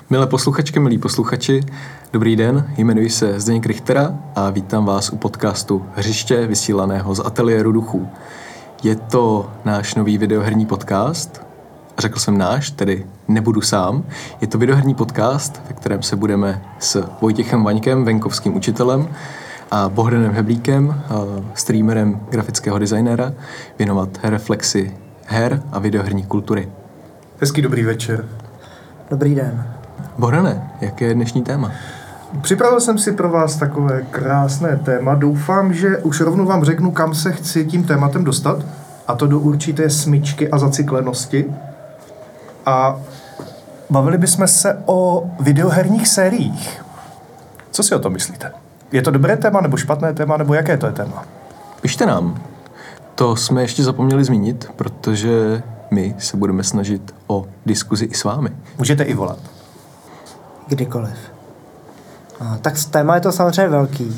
Milé posluchačky, milí posluchači, dobrý den, jmenuji se Zdeněk Richtera a vítám vás u podcastu Hřiště, vysílaného z Ateliéru duchů. Je to náš nový videoherní podcast, řekl jsem náš, tedy nebudu sám. Je to videoherní podcast, ve kterém se budeme s Vojtěchem Vaňkem, venkovským učitelem, a Bohdanem Heblíkem, streamerem, grafického designéra, věnovat reflexi her a videoherní kultury. Hezký dobrý večer. Dobrý den. Bohdane, jaké je dnešní téma? Připravil jsem si pro vás takové krásné téma. Doufám, že už rovnou vám řeknu, kam se chci tím tématem dostat. A to do určité smyčky a zacyklenosti. A bavili bychom se o videoherních sériích. Co si o tom myslíte? Je to dobré téma, nebo špatné téma, nebo jaké to je téma? Pište nám. To jsme ještě zapomněli zmínit, protože my se budeme snažit o diskuzi i s vámi. Můžete i volat. Kdykoliv. Tak téma je to samozřejmě velký.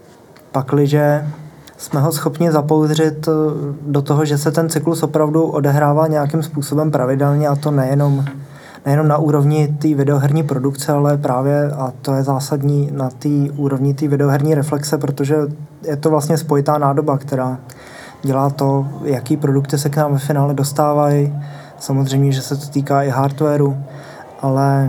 Pakliže jsme ho schopni zapoudřit do toho, že se ten cyklus opravdu odehrává nějakým způsobem pravidelně, a to nejenom na úrovni té videoherní produkce, ale právě, a to je zásadní, na té úrovni té videoherní reflexe, protože je to vlastně spojitá nádoba, která dělá to, jaký produkty se k nám ve finále dostávají. Samozřejmě, že se to týká i hardwareu, ale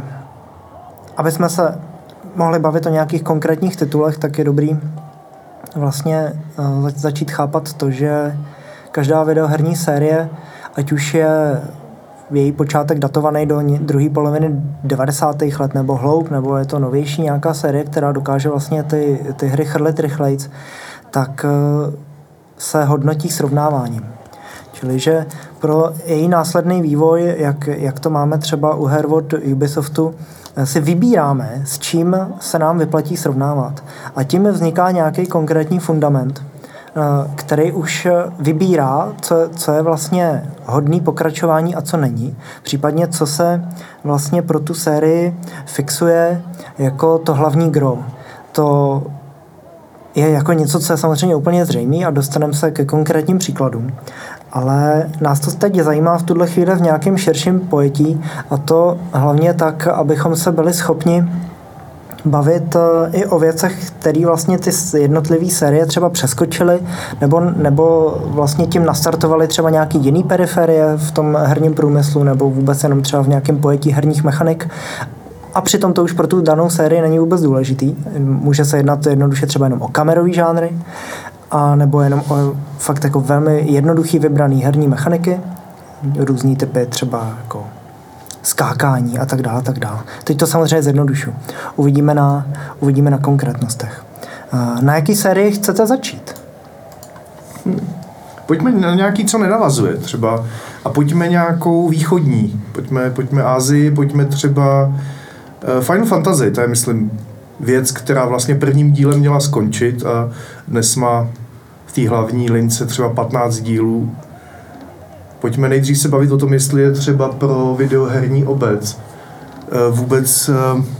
aby jsme se mohli bavit o nějakých konkrétních titulech, tak je dobrý vlastně začít chápat to, že každá videoherní série, ať už je její počátek datovaný do druhé poloviny 90. let nebo hloub, nebo je to novější nějaká série, která dokáže vlastně ty hry chrlit rychlejc, tak se hodnotí srovnáváním. Čili, že pro její následný vývoj, jak to máme třeba u her od Ubisoftu, si vybíráme, s čím se nám vyplatí srovnávat. A tím vzniká nějaký konkrétní fundament, který už vybírá, co je vlastně hodný pokračování a co není. Případně, co se vlastně pro tu sérii fixuje jako to hlavní gros. To je jako něco, co je samozřejmě úplně zřejmé a dostaneme se ke konkrétním příkladům. Ale nás to teď zajímá v tuhle chvíli v nějakém širším pojetí, a to hlavně tak, abychom se byli schopni bavit i o věcech, které vlastně ty jednotlivé série třeba přeskočily, nebo vlastně tím nastartovaly třeba nějaký jiný periferie v tom herním průmyslu, nebo vůbec jenom třeba v nějakém pojetí herních mechanik. A přitom to už pro tu danou sérii není vůbec důležitý. Může se jednat jednoduše třeba jenom o kamerový žánry, a nebo jenom o fakt jako velmi jednoduchý vybraný herní mechaniky, různý typy třeba jako skákání a tak dále, tak dále. Teď to samozřejmě zjednodušu. Uvidíme na konkrétnostech. Na jaký sérii chcete začít? Pojďme na nějaký, co nenavazuje třeba. A pojďme nějakou východní. Pojďme Asii, pojďme třeba Final Fantasy. To je, myslím, věc, která vlastně prvním dílem měla skončit a dnes má v té hlavní lince třeba 15 dílů. Pojďme nejdřív se bavit o tom, jestli je třeba pro videoherní obec vůbec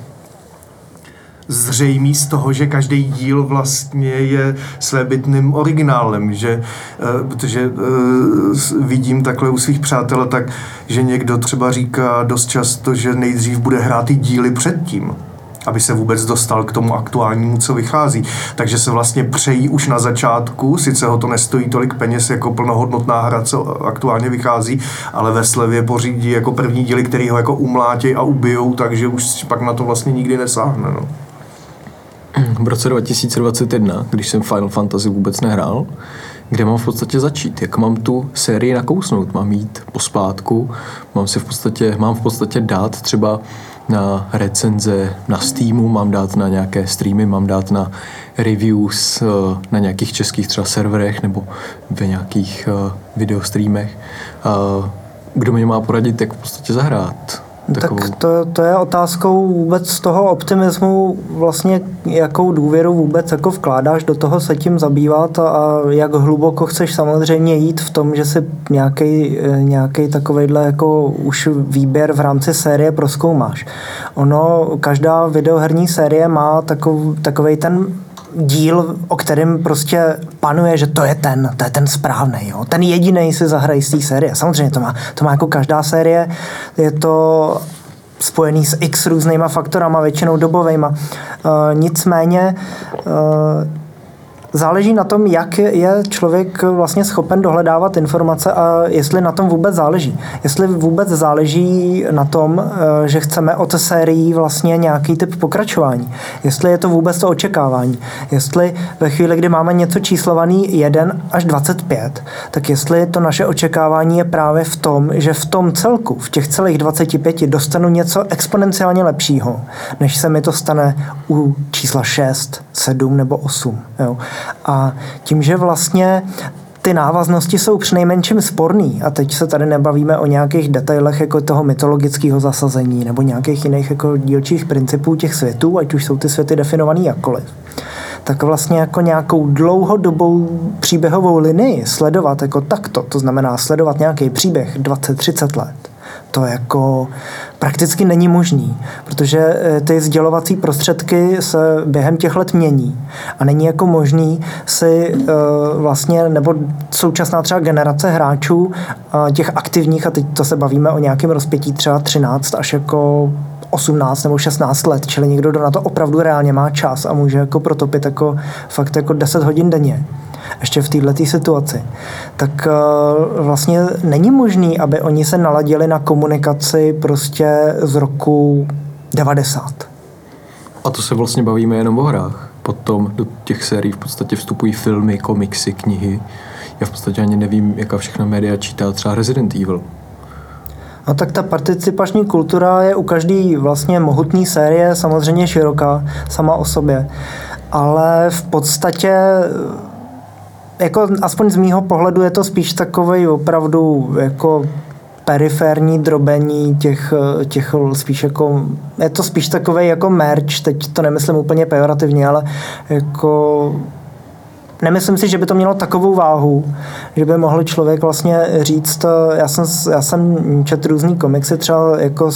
zřejmý z toho, že každý díl vlastně je svébytným originálem, protože vidím takhle u svých přátel, tak, že někdo třeba říká dost často, že nejdřív bude hrát ty díly předtím, aby se vůbec dostal k tomu aktuálnímu, co vychází. Takže se vlastně přejí už na začátku, sice ho to nestojí tolik peněz jako plnohodnotná hra, co aktuálně vychází, ale ve slevě pořídí jako první díly, který ho jako umlátějí a ubijou, takže už pak na to vlastně nikdy nesáhne. No. V roce 2021, když jsem Final Fantasy vůbec nehrál, kde mám v podstatě začít? Jak mám tu sérii nakousnout? Mám jít pospátku? Mám v podstatě dát třeba na recenze na Steamu, mám dát na nějaké streamy, mám dát na reviews na nějakých českých třeba serverech nebo ve nějakých videostreamech. Kdo mě má poradit, jak v podstatě zahrát? Tak to je otázkou vůbec toho optimismu, vlastně jakou důvěru vůbec jako vkládáš do toho se tím zabývat a jak hluboko chceš samozřejmě jít v tom, že si nějaký takovejhle jako už výběr v rámci série prozkoumáš. Každá videoherní série má takovej ten díl, o kterém prostě panuje, že to je ten správný, jo? Ten jedinej si zahrají z té série. Samozřejmě to má jako každá série, je to spojený s x různýma faktorama, většinou dobovejma. Nicméně záleží na tom, jak je člověk vlastně schopen dohledávat informace a jestli na tom vůbec záleží. Jestli vůbec záleží na tom, že chceme od sérií vlastně nějaký typ pokračování. Jestli je to vůbec to očekávání. Jestli ve chvíli, kdy máme něco číslovaný 1 až 25, tak jestli to naše očekávání je právě v tom, že v tom celku, v těch celých 25 dostanu něco exponenciálně lepšího, než se mi to stane u čísla 6, 7 nebo 8. Jo. A tím, že vlastně ty návaznosti jsou přinejmenším sporný, a teď se tady nebavíme o nějakých detailech jako toho mytologického zasazení nebo nějakých jiných jako dílčích principů těch světů, ať už jsou ty světy definovaný jakkoliv, tak vlastně jako nějakou dlouhodobou příběhovou linii sledovat jako takto, to znamená sledovat nějaký příběh 20-30 let, to jako prakticky není možný, protože ty sdělovací prostředky se během těch let mění a není jako možný si vlastně, nebo současná třeba generace hráčů těch aktivních, a teď to se bavíme o nějakém rozpětí třeba 13 až jako 18 nebo 16 let, čili někdo, kdo na to opravdu reálně má čas a může jako protopit jako fakt jako 10 hodin denně, ještě v této situaci, tak vlastně není možný, aby oni se naladili na komunikaci prostě z roku 90. A to se vlastně bavíme jenom o hrách. Potom do těch sérií v podstatě vstupují filmy, komiksy, knihy. Já v podstatě ani nevím, jaká všechna média čítá třeba Resident Evil. No tak ta participační kultura je u každý vlastně mohutný série samozřejmě široká sama o sobě. Ale v podstatě jako aspoň z mýho pohledu je to spíš takovej opravdu jako periférní drobení těch spíš jako, je to spíš takovej jako merch, teď to nemyslím úplně pejorativně, ale jako nemyslím si, že by to mělo takovou váhu, že by mohl člověk vlastně říct, já jsem četl různý komiksy třeba jako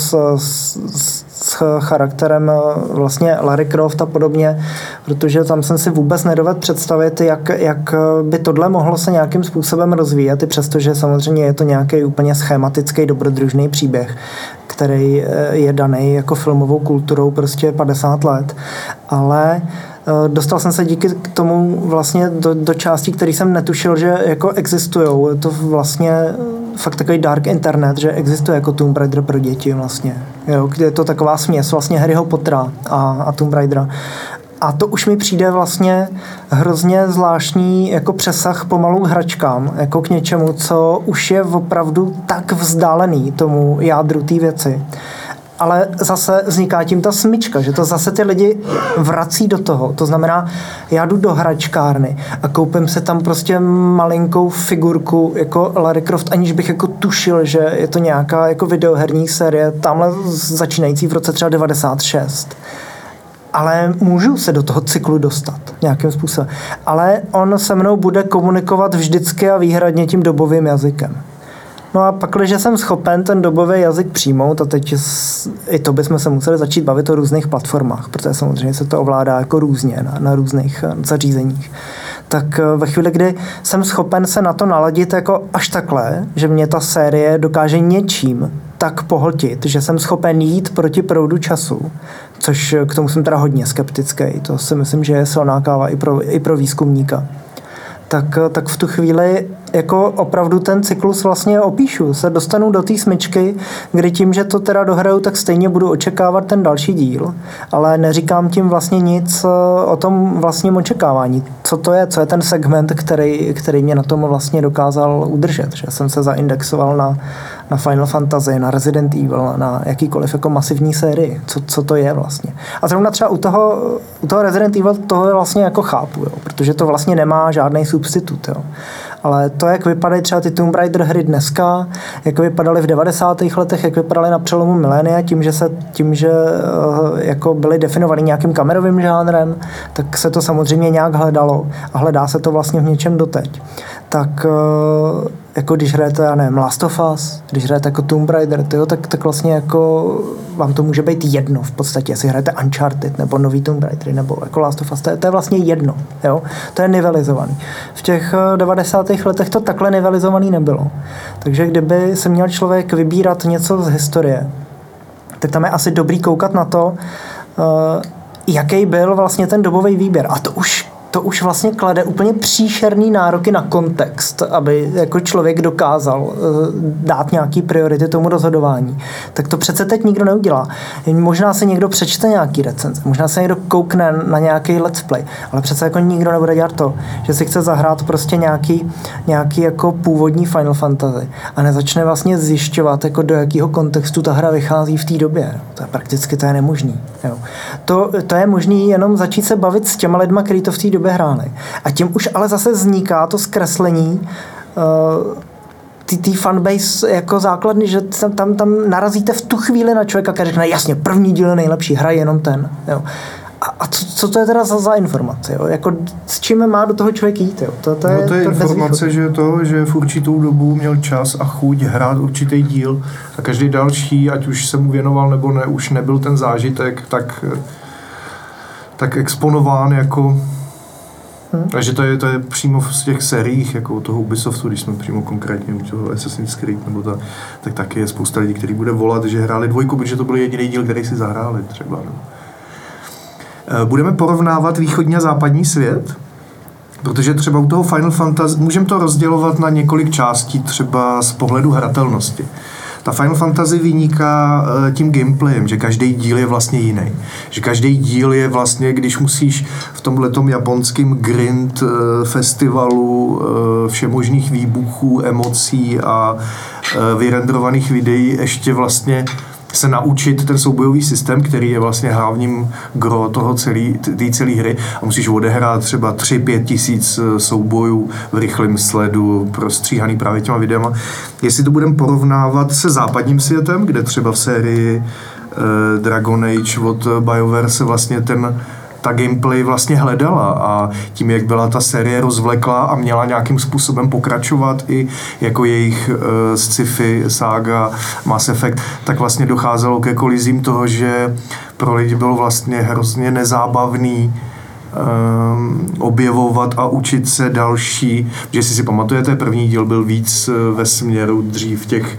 s charakterem vlastně Lara Croft a podobně, protože tam jsem si vůbec nedovedl představit, jak by tohle mohlo se nějakým způsobem rozvíjet, i přestože samozřejmě je to nějaký úplně schematický dobrodružný příběh, který je daný jako filmovou kulturou prostě 50 let, ale dostal jsem se díky k tomu vlastně do částí, které jsem netušil, že jako existujou. Je to vlastně fakt takový dark internet, že existuje jako Tomb Raider pro děti vlastně. Jo, je to taková směs vlastně Harryho Pottera a Tomb Raidera. A to už mi přijde vlastně hrozně zvláštní jako přesah pomalu hračkám, jako k něčemu, co už je opravdu tak vzdálený tomu jádru té věci. Ale zase vzniká tím ta smyčka, že to zase ty lidi vrací do toho. To znamená, já jdu do hračkárny a koupím se tam prostě malinkou figurku jako Lara Croft, aniž bych jako tušil, že je to nějaká jako videoherní série, tamhle začínající v roce třeba 96. Ale můžu se do toho cyklu dostat nějakým způsobem. Ale on se mnou bude komunikovat vždycky a výhradně tím dobovým jazykem. No a pak, když jsem schopen ten dobový jazyk přijmout, a teď i to bychom se museli začít bavit o různých platformách, protože samozřejmě se to ovládá jako různě na různých zařízeních. Tak ve chvíli, kdy jsem schopen se na to naladit jako až takhle, že mě ta série dokáže něčím tak pohltit, že jsem schopen jít proti proudu času, což k tomu jsem teda hodně skeptický. To si myslím, že je silná káva i pro výzkumníka. Tak v tu chvíli jako opravdu ten cyklus vlastně opíšu. Se dostanu do té smyčky, kdy tím, že to teda dohraju, tak stejně budu očekávat ten další díl, ale neříkám tím vlastně nic o tom vlastním očekávání. Co je ten segment, který mě na tom vlastně dokázal udržet. Že jsem se zaindexoval na Final Fantasy, na Resident Evil, na jakýkoliv jako masivní sérii. Co to je vlastně. A zrovna třeba u toho Resident Evil toho vlastně jako chápu, jo, protože to vlastně nemá žádný substitut. Jo. Ale to, jak vypadají třeba ty Tomb Raider hry dneska, jak vypadaly v 90. letech, jak vypadaly na přelomu milénia, tím, že jako byly definovaný nějakým kamerovým žánrem, tak se to samozřejmě nějak hledalo a hledá se to vlastně v něčem doteď. Tak jako když hrajete, já nevím, Last of Us, když hrajete jako Tomb Raider, tak vlastně jako vám to může být jedno v podstatě, jestli hrajete Uncharted nebo nový Tomb Raider nebo jako Last of Us, to je vlastně jedno, jo? To je nivelizovaný. V těch 90. letech to takhle nivelizovaný nebylo. Takže kdyby se měl člověk vybírat něco z historie, tak tam je asi dobrý koukat na to, jaký byl vlastně ten dobový výběr. A to už vlastně klade úplně příšerný nároky na kontext, aby jako člověk dokázal dát nějaký priority tomu rozhodování. Tak to přece teď nikdo neudělá. Možná si někdo přečte nějaký recenze, možná se někdo koukne na nějaký let's play, ale přece jako nikdo nebude dělat to, že si chce zahrát prostě nějaký jako původní Final Fantasy a nezačne vlastně zjišťovat, jako do jakého kontextu ta hra vychází v té době. To je nemožný. Jo. To je možný jenom začít se bavit s těma lidma, kteří to v té době hráli. A tím už ale zase vzniká to zkreslení ty fanbase jako základny, že tam narazíte v tu chvíli na člověka, který řekne, jasně, první díl je nejlepší, hraje jenom ten. Jo. A co to je teda za informace? Jo? Jako, s čím má do toho člověk jít? Jo? To je informace, že v určitou dobu měl čas a chuť hrát určitý díl a každý další, ať už se mu věnoval nebo ne, už nebyl ten zážitek tak exponován jako... Takže to je přímo v těch sériích, jako toho Ubisoftu, když jsme přímo konkrétně u toho Assassin's Creed, nebo tak taky je spousta lidí, kteří bude volat, že hráli 2, protože to byl jediný díl, který si zahráli třeba. Budeme porovnávat východní a západní svět, protože třeba u toho Final Fantasy můžeme to rozdělovat na několik částí, třeba z pohledu hratelnosti. Ta Final Fantasy vyniká tím gameplayem, že každý díl je vlastně jiný. Že každý díl je vlastně, když musíš v tomhletom japonském grind festivalu všemožných výbuchů, emocí a vyrendrovaných videí ještě vlastně se naučit ten soubojový systém, který je vlastně hlavním gro toho té celé hry a musíš odehrát třeba 3-5 tisíc soubojů v rychlém sledu, prostříhaný právě těma videama. Jestli to budeme porovnávat se západním světem, kde třeba v sérii Dragon Age od BioWare se vlastně ta gameplay vlastně hledala a tím, jak byla ta série rozvleklá a měla nějakým způsobem pokračovat i jako jejich sci-fi, saga, Mass Effect, tak vlastně docházelo ke kolizím toho, že pro lidi bylo vlastně hrozně nezábavný objevovat a učit se další, že si pamatujete, první díl byl víc ve směru dřív těch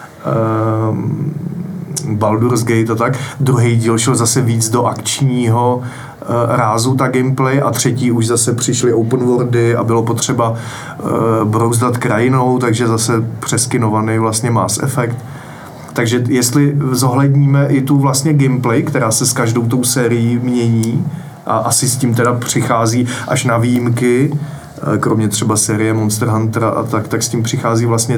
Baldur's Gate a tak, druhý díl šel zase víc do akčního rázu ta gameplay a třetí už zase přišly open worldy a bylo potřeba brouzdat krajinou, takže zase přeskinovaný vlastně Mass Effect. Takže jestli zohledníme i tu vlastně gameplay, která se s každou tou sérií mění a asi s tím teda přichází až na výjimky, kromě třeba série Monster Huntera a tak s tím přichází vlastně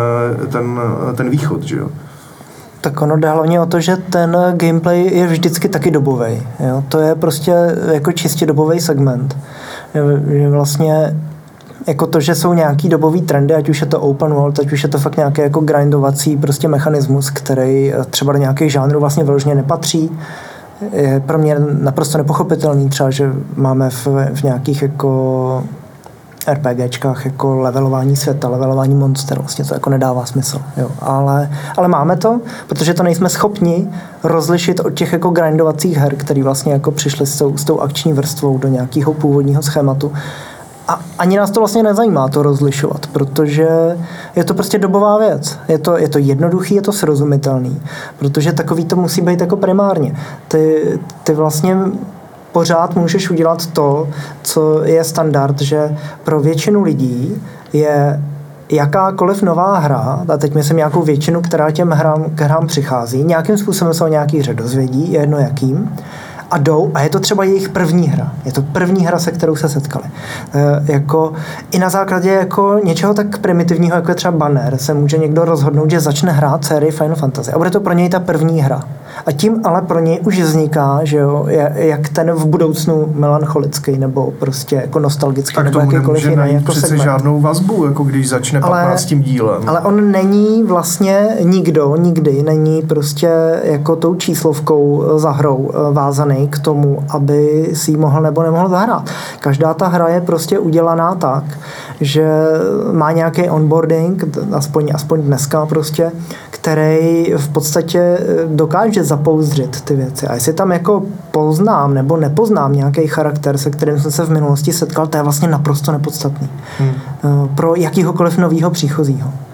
ten východ, že jo? Tak ono jde hlavně o to, že ten gameplay je vždycky taky dobovej. Jo? To je prostě jako čistě dobový segment. Že vlastně jako to, že jsou nějaký dobový trendy, ať už je to open world, ať už je to fakt nějaký jako grindovací prostě mechanismus, který třeba do nějakých žánrů vlastně vyloženě nepatří. Je pro mě naprosto nepochopitelný třeba, že máme v nějakých jako RPGčkách jako levelování světa, levelování monster, vlastně to jako nedává smysl. Jo. Ale máme to, protože to nejsme schopni rozlišit od těch jako grindovacích her, které vlastně jako přišly s tou akční vrstvou do nějakého původního schématu. A ani nás to vlastně nezajímá to rozlišovat, protože je to prostě dobová věc. Je to jednoduchý, je to srozumitelný, protože takový to musí být jako primárně. Ty vlastně pořád můžeš udělat to, co je standard, že pro většinu lidí je jakákoliv nová hra, a teď myslím nějakou většinu, která těm hrám přichází, nějakým způsobem se o nějaký hře dozvědí, je jedno jakým, a jdou, a je to třeba jejich první hra. Je to první hra, se kterou se setkali. Jako, i na základě jako něčeho tak primitivního, jako je třeba banner, se může někdo rozhodnout, že začne hrát sérii Final Fantasy. A bude to pro něj ta první hra. A tím ale pro něj už vzniká, že jo, jak ten v budoucnu melancholický nebo prostě jako nostalgický tak nebo jakýkoliv jiný jako přece segment. Žádnou vazbu, jako když začne 15. dílem. Ale on není vlastně nikdy není prostě jako tou číslovkou za hrou vázaný k tomu, aby si ji mohl nebo nemohl zahrát. Každá ta hra je prostě udělaná tak, že má nějaký onboarding, aspoň dneska prostě, který v podstatě dokáže zapouzdřit ty věci. A jestli tam jako poznám nebo nepoznám nějaký charakter, se kterým jsem se v minulosti setkal, to je vlastně naprosto nepodstatný. Pro jakýhokoliv novýho příchozího.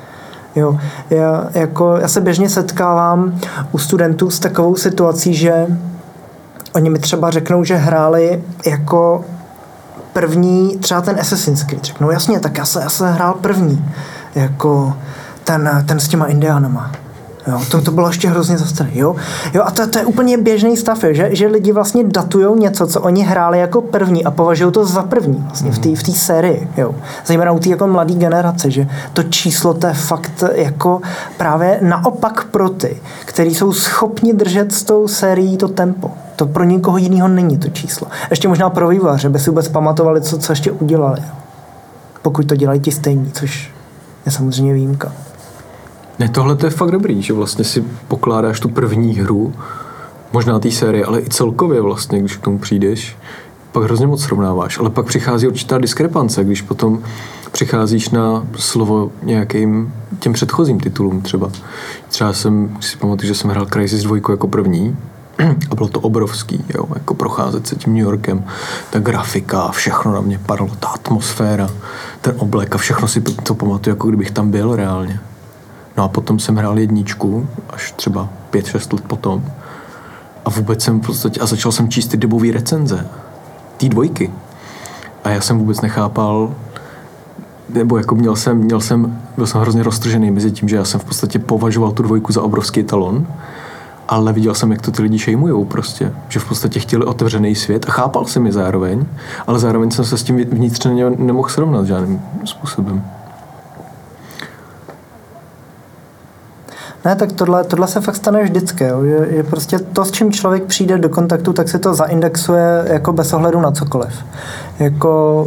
Jo, já se běžně setkávám u studentů s takovou situací, že oni mi třeba řeknou, že hráli jako první třeba ten Assassin's Creed. Řeknou, jasně, tak já se hrál první, jako ten s těma indiánama. Jo, to bylo ještě hrozně zastaré. Jo, a to je úplně běžný stav, že lidi vlastně datujou něco, co oni hráli jako první a považují to za první vlastně v té sérii. Jo. Zejména u té jako mladé generace, že to číslo to je fakt jako právě naopak pro ty, kteří jsou schopni držet s tou sérií to tempo. To pro nikoho jiného není to číslo. Ještě možná pro vývojáře, by si vůbec pamatovali, co ještě udělali. Jo. Pokud to dělají ti stejní, což je samozřejmě výjimka. Ne, tohle to je fakt dobrý, že vlastně si pokládáš tu první hru, možná té série, ale i celkově vlastně, když k tomu přijdeš, pak hrozně moc srovnáváš, ale pak přichází určitá diskrepance, když potom přicházíš na slovo nějakým těm předchozím titulům třeba. Třeba si pamatuju, že jsem hrál Crysis 2 jako první a bylo to obrovský, jo, jako procházet se tím New Yorkem, ta grafika, všechno na mě padlo, ta atmosféra, ten oblek a všechno si to pamatuju, jako kdybych tam byl reálně. No a potom jsem hrál 1, až třeba 5-6 let potom. A vůbec jsem v podstatě, a začal jsem číst ty dobové recenze. Ty 2. A já jsem vůbec nechápal, nebo jako byl jsem hrozně roztržený mezi tím, že já jsem v podstatě považoval tu 2 za obrovský talon, ale viděl jsem, jak to ty lidi šejmujou prostě. Že v podstatě chtěli otevřený svět a chápal jsem je zároveň, ale zároveň jsem se s tím vnitřně nemohl srovnat žádným způsobem. Ne, tak tohle se fakt stane vždycky, jo? Že prostě to, s čím člověk přijde do kontaktu, tak se to zaindexuje jako bez ohledu na cokoliv. Jako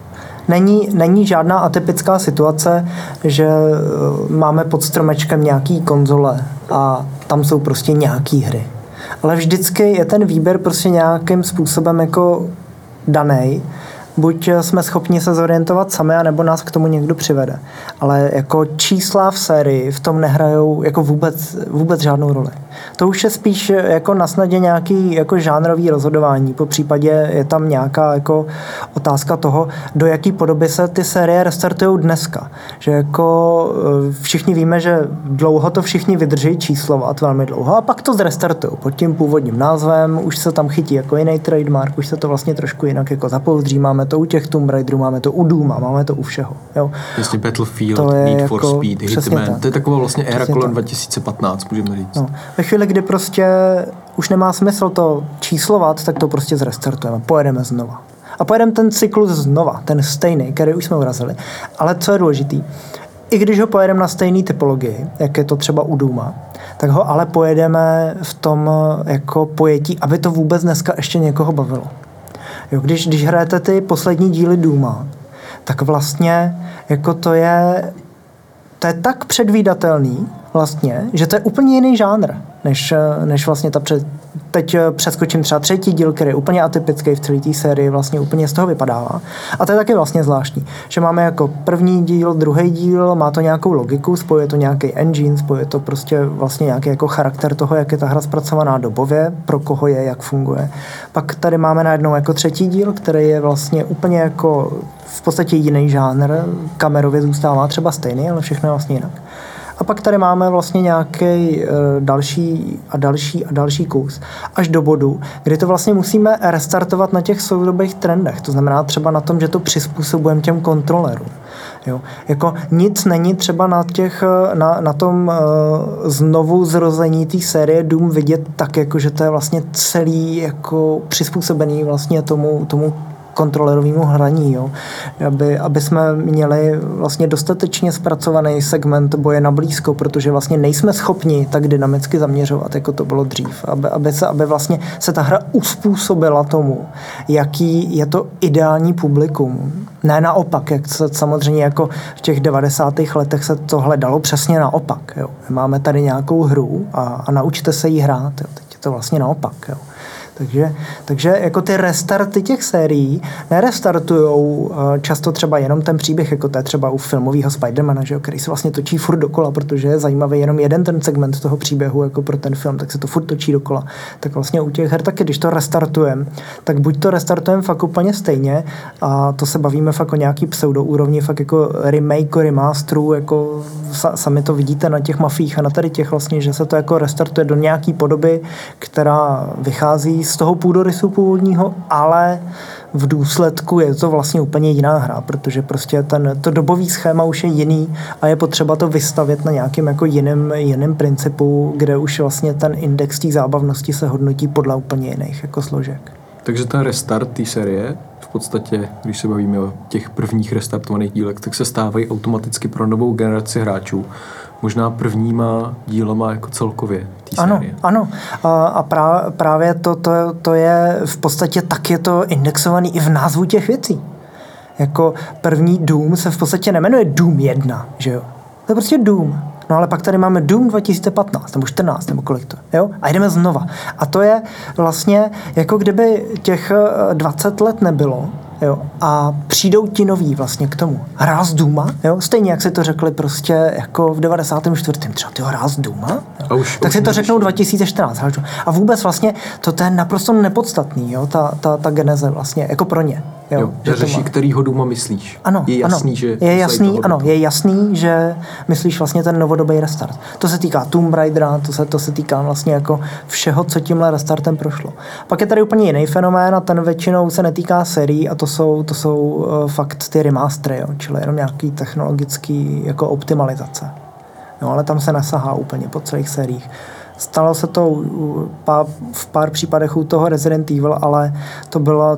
není žádná atypická situace, že máme pod stromečkem nějaký konzole a tam jsou prostě nějaký hry. Ale vždycky je ten výběr prostě nějakým způsobem jako danej. Buď jsme schopni se zorientovat sami, anebo nás k tomu někdo přivede. Ale jako čísla v sérii v tom nehrajou jako vůbec žádnou roli. To už je spíš jako na snadě nějaký jako žánrový rozhodování. Po případě je tam nějaká jako otázka toho, do jaký podoby se ty série restartujou dneska. Že jako všichni víme, že dlouho to všichni vydrží číslovat, velmi dlouho, a pak to zrestartují pod tím původním názvem, už se tam chytí jako jiný trademark, už se to vlastně trošku jinak jako zapouzdří. Máme to u těch Tomb Raiderů, máme to u Dooma, máme to u všeho. Jo. Jasně, Battlefield, Need for Speed, Hitman. To je taková vlastně éra kolem 2015, můžeme říct. No. Ve chvíli, kdy prostě už nemá smysl to číslovat, tak to prostě zrestartujeme, pojedeme znova. A pojedeme ten cyklus znova, ten stejný, který už jsme urazili. Ale co je důležitý, i když ho pojedeme na stejný typologii, jak je to třeba u Dooma, tak ho ale pojedeme v tom jako pojetí, aby to vůbec dneska ještě někoho bavilo. Jo, když hrajete ty poslední díly Dooma, tak vlastně jako to je tak předvídatelný vlastně, že to je úplně jiný žánr, než vlastně teď přeskočím třeba 3. díl, který je úplně atypický v celé té sérii, vlastně úplně z toho vypadává. A to je taky vlastně zvláštní, že máme jako první díl, druhý díl, má to nějakou logiku, spojuje to nějaký engine, spojuje to prostě vlastně nějaký jako charakter toho, jak je ta hra zpracovaná dobově, pro koho je, jak funguje. Pak tady máme najednou jako 3. díl, který je vlastně úplně jako v podstatě jiný žánr, kamerově zůstává třeba stejný, ale všechno je vlastně jinak. A pak tady máme vlastně nějaký další kus. Až do bodu, kdy to vlastně musíme restartovat na těch soudobých trendech. To znamená třeba na tom, že to přizpůsobujeme těm kontrolerům. Jo. Jako nic není třeba na tom znovu zrození té série Doom vidět tak, jako že to je vlastně celý jako přizpůsobený vlastně tomu kontrolerovému hraní, jo. Aby jsme měli vlastně dostatečně zpracovaný segment boje na blízko, protože vlastně nejsme schopni tak dynamicky zaměřovat, jako to bylo dřív. Aby vlastně se ta hra uspůsobila tomu, jaký je to ideální publikum. Ne naopak, jak se samozřejmě jako v těch 90. letech se to hledalo přesně naopak, jo. Máme tady nějakou hru a naučte se jí hrát, jo. Teď je to vlastně naopak, jo. Takže jako ty restarty těch sérií nerestartujou často třeba jenom ten příběh, jako to je třeba u filmového Spidermana, že jo, který se vlastně točí furt dokola, protože je zajímavý jenom jeden ten segment toho příběhu jako pro ten film, tak se to furt točí dokola. Tak vlastně u těch her taky, když to restartujeme, tak buď to restartujeme fakt úplně stejně, a to se bavíme fakt o nějaký pseudoúrovni, fakt jako remake, remasteru, jako sami to vidíte na těch mafích a na tady těch vlastně, že se to jako restartuje do nějaký podoby, která vychází z toho půdorysu původního, ale v důsledku je to vlastně úplně jiná hra, protože prostě to dobový schéma už je jiný a je potřeba to vystavět na nějakým jako jiným principu, kde už vlastně ten index té zábavnosti se hodnotí podle úplně jiných jako složek. Takže ten restart té série, v podstatě, když se bavíme o těch prvních restartovaných dílech, tak se stávají automaticky pro novou generaci hráčů možná prvníma dílama jako celkově té série. Ano. A právě to je v podstatě tak je to indexovaný i v názvu těch věcí. Jako první Doom se v podstatě nemenuje Doom 1, že jo? To je prostě Doom. No ale pak tady máme Doom 2015, nebo 14, nebo kolik to, jo? A jdeme znova. A to je vlastně, jako kdyby těch 20 let nebylo, jo? A přijdou ti noví vlastně k tomu. Hrál z Dooma, jo? Stejně, jak si to řekli prostě jako v 94. třeba, ty hrál z Dooma? Tak si to řeknou 2014. A vůbec vlastně to je naprosto nepodstatný, jo? Ta geneze vlastně, jako pro ně. Jo, že řeší, kterýho Dooma myslíš. Ano, je jasný, že je jasný, že myslíš vlastně ten novodobý restart. To se týká Tomb Raidera, to se týká vlastně jako všeho, co tímhle restartem prošlo. Pak je tady úplně jiný fenomén a ten většinou se netýká sérií a to jsou fakt ty remastery, jo, čili jenom nějaký technologický jako optimalizace. No, ale tam se nesahá úplně po celých sériích. Stalo se to v pár případech u toho Resident Evil, ale to byla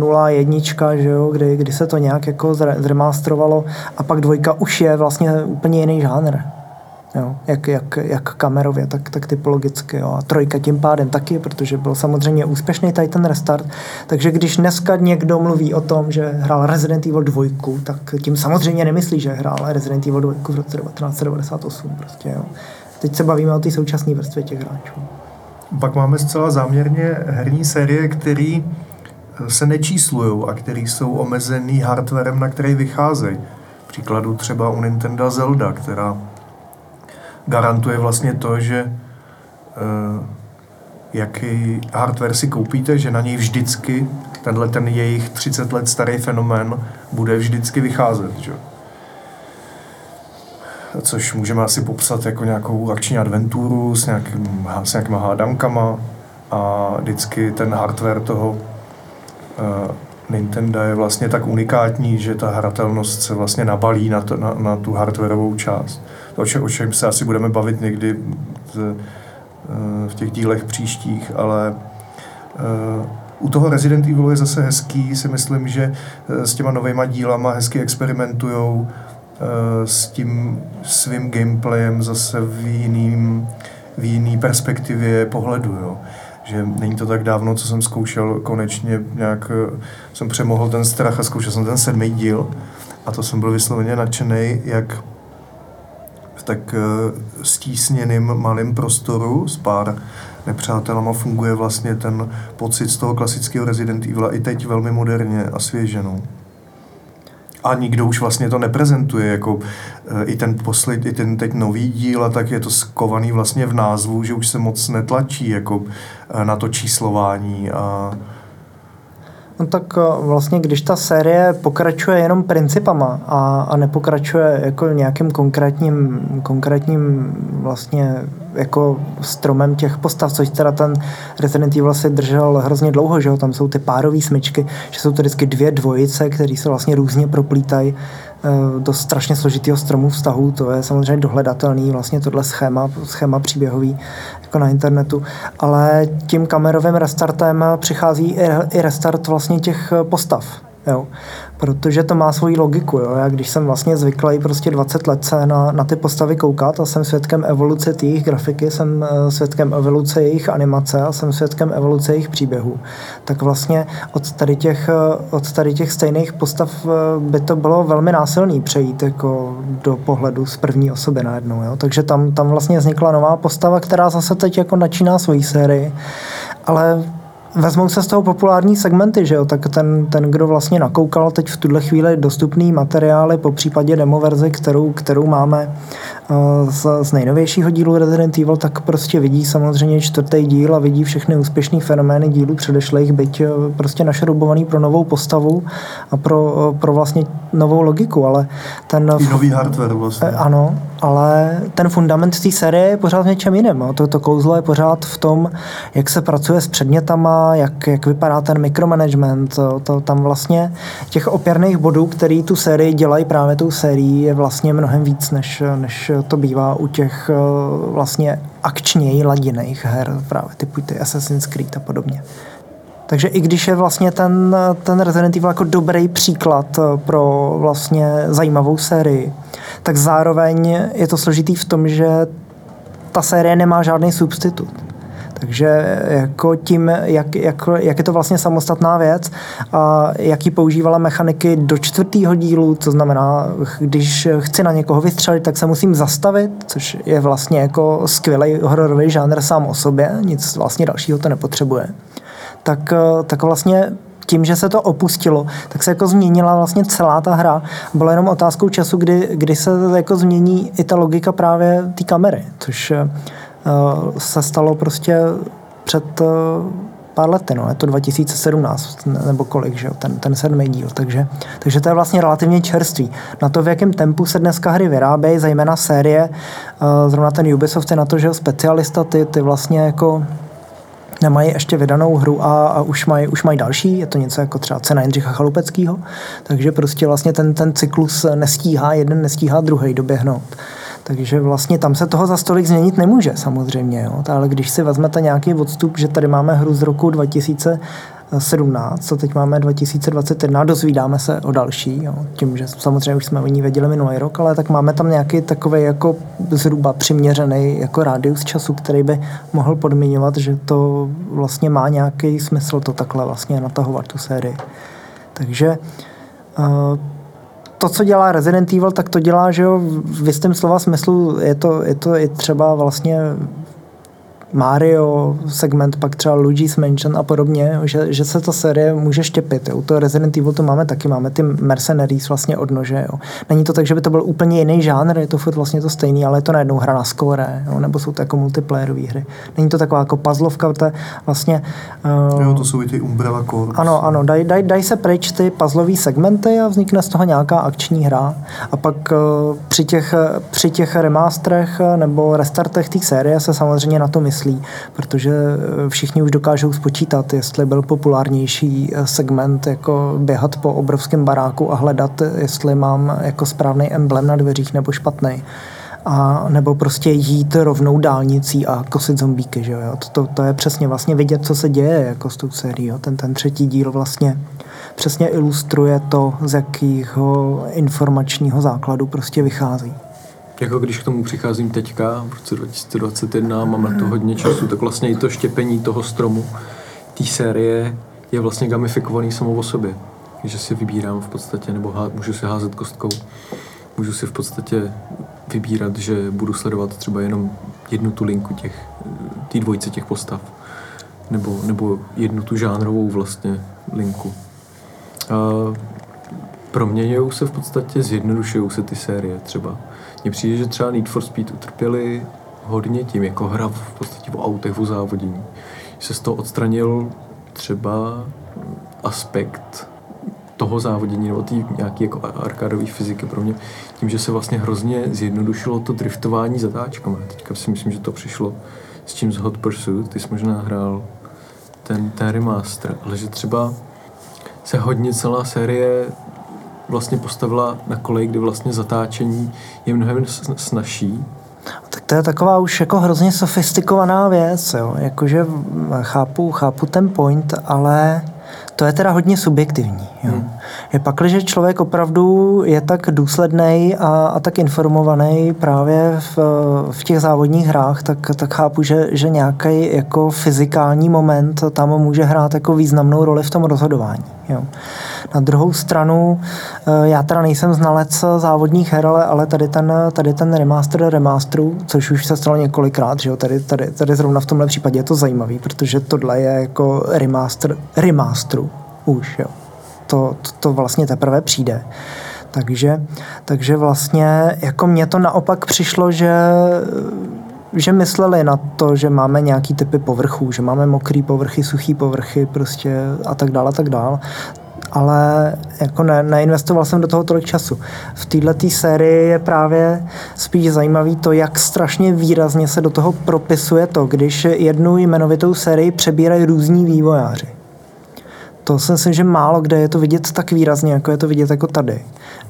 0.1, že jo, kdy se to nějak jako zremasterovalo a pak 2 už je vlastně úplně jiný žánr. Jo, jak kamerově, tak typologicky. Jo. A 3 tím pádem taky, protože byl samozřejmě úspěšný tady ten restart. Takže když dneska někdo mluví o tom, že hrál Resident Evil 2, tak tím samozřejmě nemyslí, že hrál Resident Evil 2 v roce 1998. Prostě, jo. Teď se bavíme o té současné vrstvě těch hráčů. Pak máme zcela záměrně herní série, které se nečíslují a které jsou omezený hardwarem, na který vycházejí. Příkladu třeba u Nintendo Zelda, která garantuje vlastně to, že jaký hardware si koupíte, že na něj vždycky ten jejich 30 let starý fenomén bude vždycky vycházet. Že? Což můžeme asi popsat jako nějakou akční adventuru s nějakýma hádankama a vždycky ten hardware toho Nintendo je vlastně tak unikátní, že ta hratelnost se vlastně nabalí na tu hardwareovou část. To, o čem se asi budeme bavit někdy v těch dílech příštích, ale u toho Resident Evilu je zase hezký, si myslím, že s těma novejma dílama hezky experimentujou s tím svým gameplayem zase v jiný perspektivě pohledu, jo. Že není to tak dávno, co jsem zkoušel konečně nějak, jsem přemohl ten strach a zkoušel jsem ten 7. díl a to jsem byl vysloveně nadšenej, jak v tak stísněným malým prostoru s pár nepřátelama funguje vlastně ten pocit z toho klasického Resident Evila i teď velmi moderně a svěže, no. A nikdo už vlastně to neprezentuje, jako i ten teď nový díl, a tak je to skovaný vlastně v názvu, že už se moc netlačí jako na to číslování a No tak vlastně, když ta série pokračuje jenom principama a nepokračuje jako nějakým konkrétním vlastně jako stromem těch postav, což teda ten Resident Evil si držel hrozně dlouho, že jo, tam jsou ty párové smyčky, že jsou to vždycky 2 dvojice, které se vlastně různě proplítají do strašně složitého stromu vztahu, to je samozřejmě dohledatelný, vlastně tohle schéma příběhový jako na internetu, ale tím kamerovým restartem přichází i restart vlastně těch postav, jo. Protože to má svoji logiku, jo. Já když jsem vlastně zvyklý prostě 20 let se na ty postavy koukat a jsem svědkem evoluce jejich grafiky, jsem svědkem evoluce jejich animace a jsem svědkem evoluce jejich příběhů, tak vlastně od tady těch stejných postav by to bylo velmi násilný přejít jako do pohledu z první osoby najednou, jo. Takže tam vlastně vznikla nová postava, která zase teď jako načíná svoji sérii, ale vezmou se z toho populární segmenty, že jo, tak ten, kdo vlastně nakoukal teď v tuhle chvíli dostupný materiály, po případě demoverzi, kterou máme z nejnovějšího dílu Resident Evil, tak prostě vidí samozřejmě 4. díl a vidí všechny úspěšný fenomény dílů předešlých, byť prostě našroubovaný pro novou postavu a pro vlastně novou logiku, ale ten... I nový hardware vlastně. Ano, ale ten fundament té série je pořád v něčem jiném. To kouzlo je pořád v tom, jak se pracuje s předmětama, jak vypadá ten mikromanagement. Tam vlastně těch opěrných bodů, který tu sérii dělají právě tou sérií, je vlastně mnohem víc, než to bývá u těch vlastně akčněji laděných her, právě typu ty Assassin's Creed a podobně. Takže i když je vlastně ten Resident Evil jako dobrý příklad pro vlastně zajímavou sérii, tak zároveň je to složitý v tom, že ta série nemá žádný substitut. Takže jako tím, jak je to vlastně samostatná věc a jaký používala mechaniky do 4. dílu, to znamená, když chci na někoho vystřelit, tak se musím zastavit, což je vlastně jako skvělý hororový žánr sám o sobě, nic vlastně dalšího to nepotřebuje. Tak vlastně tím, že se to opustilo, tak se jako změnila vlastně celá ta hra. Bylo jenom otázkou času, kdy se jako změní i ta logika právě té kamery, což se stalo prostě před pár lety, no, je to 2017 nebo kolik, že jo, ten 7. díl, takže to je vlastně relativně čerstvý. Na to, v jakém tempu se dneska hry vyrábějí, zejména série, zrovna ten Ubisoft je na to, že jo, specialista, ty vlastně jako nemají ještě vydanou hru a už mají další, je to něco jako třeba Cena Jindřicha Chalupeckýho, takže prostě vlastně ten cyklus nestíhá, jeden nestíhá druhej doběhnout. Takže vlastně tam se toho za stolik změnit nemůže samozřejmě, jo. Ale když si vezmete nějaký odstup, že tady máme hru z roku 2017, co teď máme 2021, dozvídáme se o další, jo. Tím, že samozřejmě už jsme o ní věděli minulý rok, ale tak máme tam nějaký takový jako zhruba přiměřený jako rádius času, který by mohl podmiňovat, že to vlastně má nějaký smysl to takhle vlastně natahovat tu sérii. Takže to, co dělá Resident Evil, tak to dělá, že jo, v jistém slova smyslu je to i třeba vlastně Mario segment, pak třeba Luigi's Mansion a podobně, že se ta série může štěpit. Jo. To Resident Evil to máme taky, máme ty Mercenaries vlastně odnože. Jo. Není to tak, že by to byl úplně jiný žánr, je to furt vlastně to stejný, ale je to najednou hra na skóre, jo, nebo jsou to jako multiplayerové hry. Není to taková jako puzzlovka, to je vlastně... Jo, to jsou i ty Umbrella Corps. Ano, dají se pryč ty puzzlové segmenty a vznikne z toho nějaká akční hra. A pak při těch remasterech nebo restartech té série se samozřejmě na to myslí, protože všichni už dokážou spočítat, jestli byl populárnější segment jako běhat po obrovském baráku a hledat, jestli mám jako správný emblem na dveřích nebo špatný. A nebo prostě jít rovnou dálnicí a kosit zombíky, že jo. To je přesně vlastně vidět, co se děje jako s tou sérií. Ten 3. díl vlastně přesně ilustruje to, z jakého informačního základu prostě vychází. Jako když k tomu přicházím teďka, v roce 2021, mám na to hodně času, tak vlastně i to štěpení toho stromu, té série je vlastně gamifikovaný samo o sobě. Že si vybírám v podstatě, nebo můžu si házet kostkou, můžu si v podstatě vybírat, že budu sledovat třeba jenom jednu tu linku té dvojice těch postav, nebo jednu tu žánrovou vlastně linku. Proměňují se v podstatě, zjednodušují se ty série třeba. Mně přijde, že třeba Need for Speed utrpěli hodně tím, jako hra v podstatě o autech, o závodění. Se z toho odstranil třeba aspekt toho závodění nebo nějaký jako arkádové fyziky pro mě, tím, že se vlastně hrozně zjednodušilo to driftování zatáčkama. Teďka si myslím, že to přišlo s tím z Hot Pursuit, ty jsi možná hrál ten remaster, ale že třeba se hodně celá série vlastně postavila na kolej, kde vlastně zatáčení je mnohem snazší. Tak to je taková už jako hrozně sofistikovaná věc, jo. Jakože chápu ten point, ale to je teda hodně subjektivní, jo. Pakliže člověk opravdu je tak důsledný a tak informovaný právě v těch závodních hrách, tak chápu, že nějaký jako fyzikální moment tam může hrát jako významnou roli v tom rozhodování. Jo. Na druhou stranu, já teda nejsem znalec závodních her, ale tady ten remasteru, což už se stalo několikrát, že jo, tady zrovna v tomhle případě je to zajímavý, protože tohle je jako remasteru už, jo. To vlastně teprve přijde. Takže vlastně jako mně to naopak přišlo, že mysleli na to, že máme nějaký typy povrchů, že máme mokrý povrchy, suchý povrchy prostě a tak dál. Ale jako neinvestoval jsem do toho tolik času. V této sérii je právě spíš zajímavý to, jak strašně výrazně se do toho propisuje to, když jednu jmenovitou sérii přebírají různí vývojáři. To si myslím, že málo kde je to vidět tak výrazně, jako je to vidět jako tady.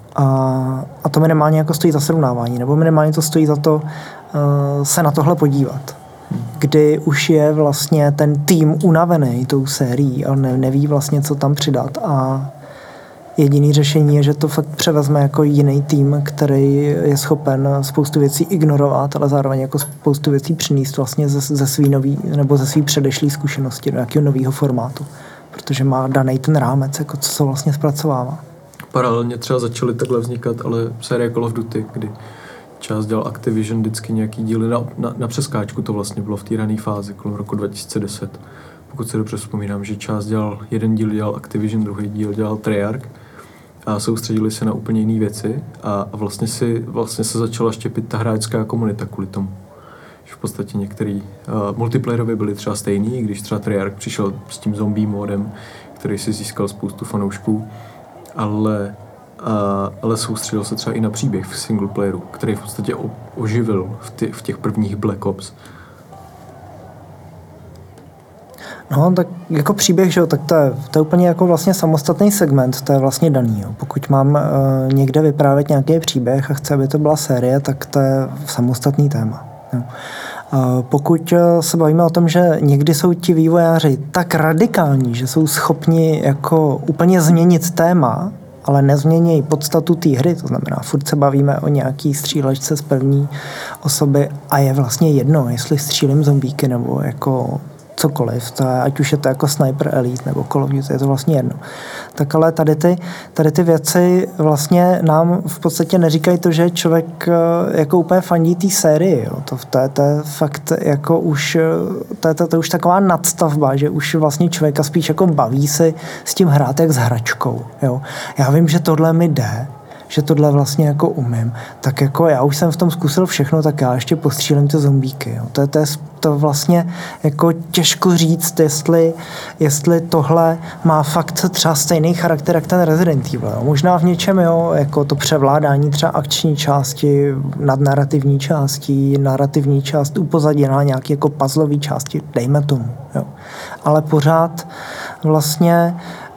A to minimálně jako stojí za srovnávání, nebo minimálně to stojí za to se na tohle podívat. Kdy už je vlastně ten tým unavený tou sérií a neví vlastně, co tam přidat. A jediný řešení je, že to fakt převezme jako jiný tým, který je schopen spoustu věcí ignorovat, ale zároveň jako spoustu věcí přinést vlastně ze svý nový, nebo ze svý předešlý zkušenosti do nějakého nového formátu. Protože má daný ten rámec, jako co se vlastně zpracovává. Paralelně třeba začaly takhle vznikat, ale série Call of Duty, kdy část dělal Activision vždycky nějaký díly na přeskáčku, to vlastně bylo v té rané fázi, kolem roku 2010. Pokud se dobře vzpomínám, že jeden díl dělal Activision, druhý díl dělal Treyarch a soustředili se na úplně jiné věci a vlastně se začala štěpit ta hráčská komunita kvůli tomu. Že v podstatě některý multiplayerově byly třeba stejný, když třeba Treyarch přišel s tím zombie modem, který si získal spoustu fanoušků, ale soustředil se třeba i na příběh v singleplayeru, který v podstatě oživil v těch prvních Black Ops. No, tak jako příběh, že jo, tak to je úplně jako vlastně samostatný segment, to je vlastně daný, jo. Pokud mám někde vyprávět nějaký příběh a chci, aby to byla série, tak to je samostatný téma. Jo. Pokud se bavíme o tom, že někdy jsou ti vývojáři tak radikální, že jsou schopni jako úplně změnit téma, ale nezmění podstatu té hry, to znamená, furt se bavíme o nějaký střílečce z první osoby a je vlastně jedno, jestli střílím zombíky nebo jako cokoliv, ať už je to jako Sniper Elite nebo Call of Duty, je to vlastně jedno. Tak ale tady ty věci vlastně nám v podstatě neříkají to, že člověk jako úplně fandí té sérii. Jo. To je fakt jako už, to je už taková nadstavba, že už vlastně člověka spíš jako baví si s tím hrát jak s hračkou. Jo. Já vím, že tohle mi jde, že tohle vlastně jako umím, tak jako já už jsem v tom zkusil všechno, tak já ještě postřílím ty zombíky. Jo. To vlastně jako těžko říct, jestli tohle má fakt třeba stejný charakter, jak ten Resident Evil. Jo. Možná v něčem, jo, jako to převládání třeba akční části, nadnarativní části, narrativní část upozaděná nějaký jako puzzlový části, dejme tomu. Jo. Ale pořád vlastně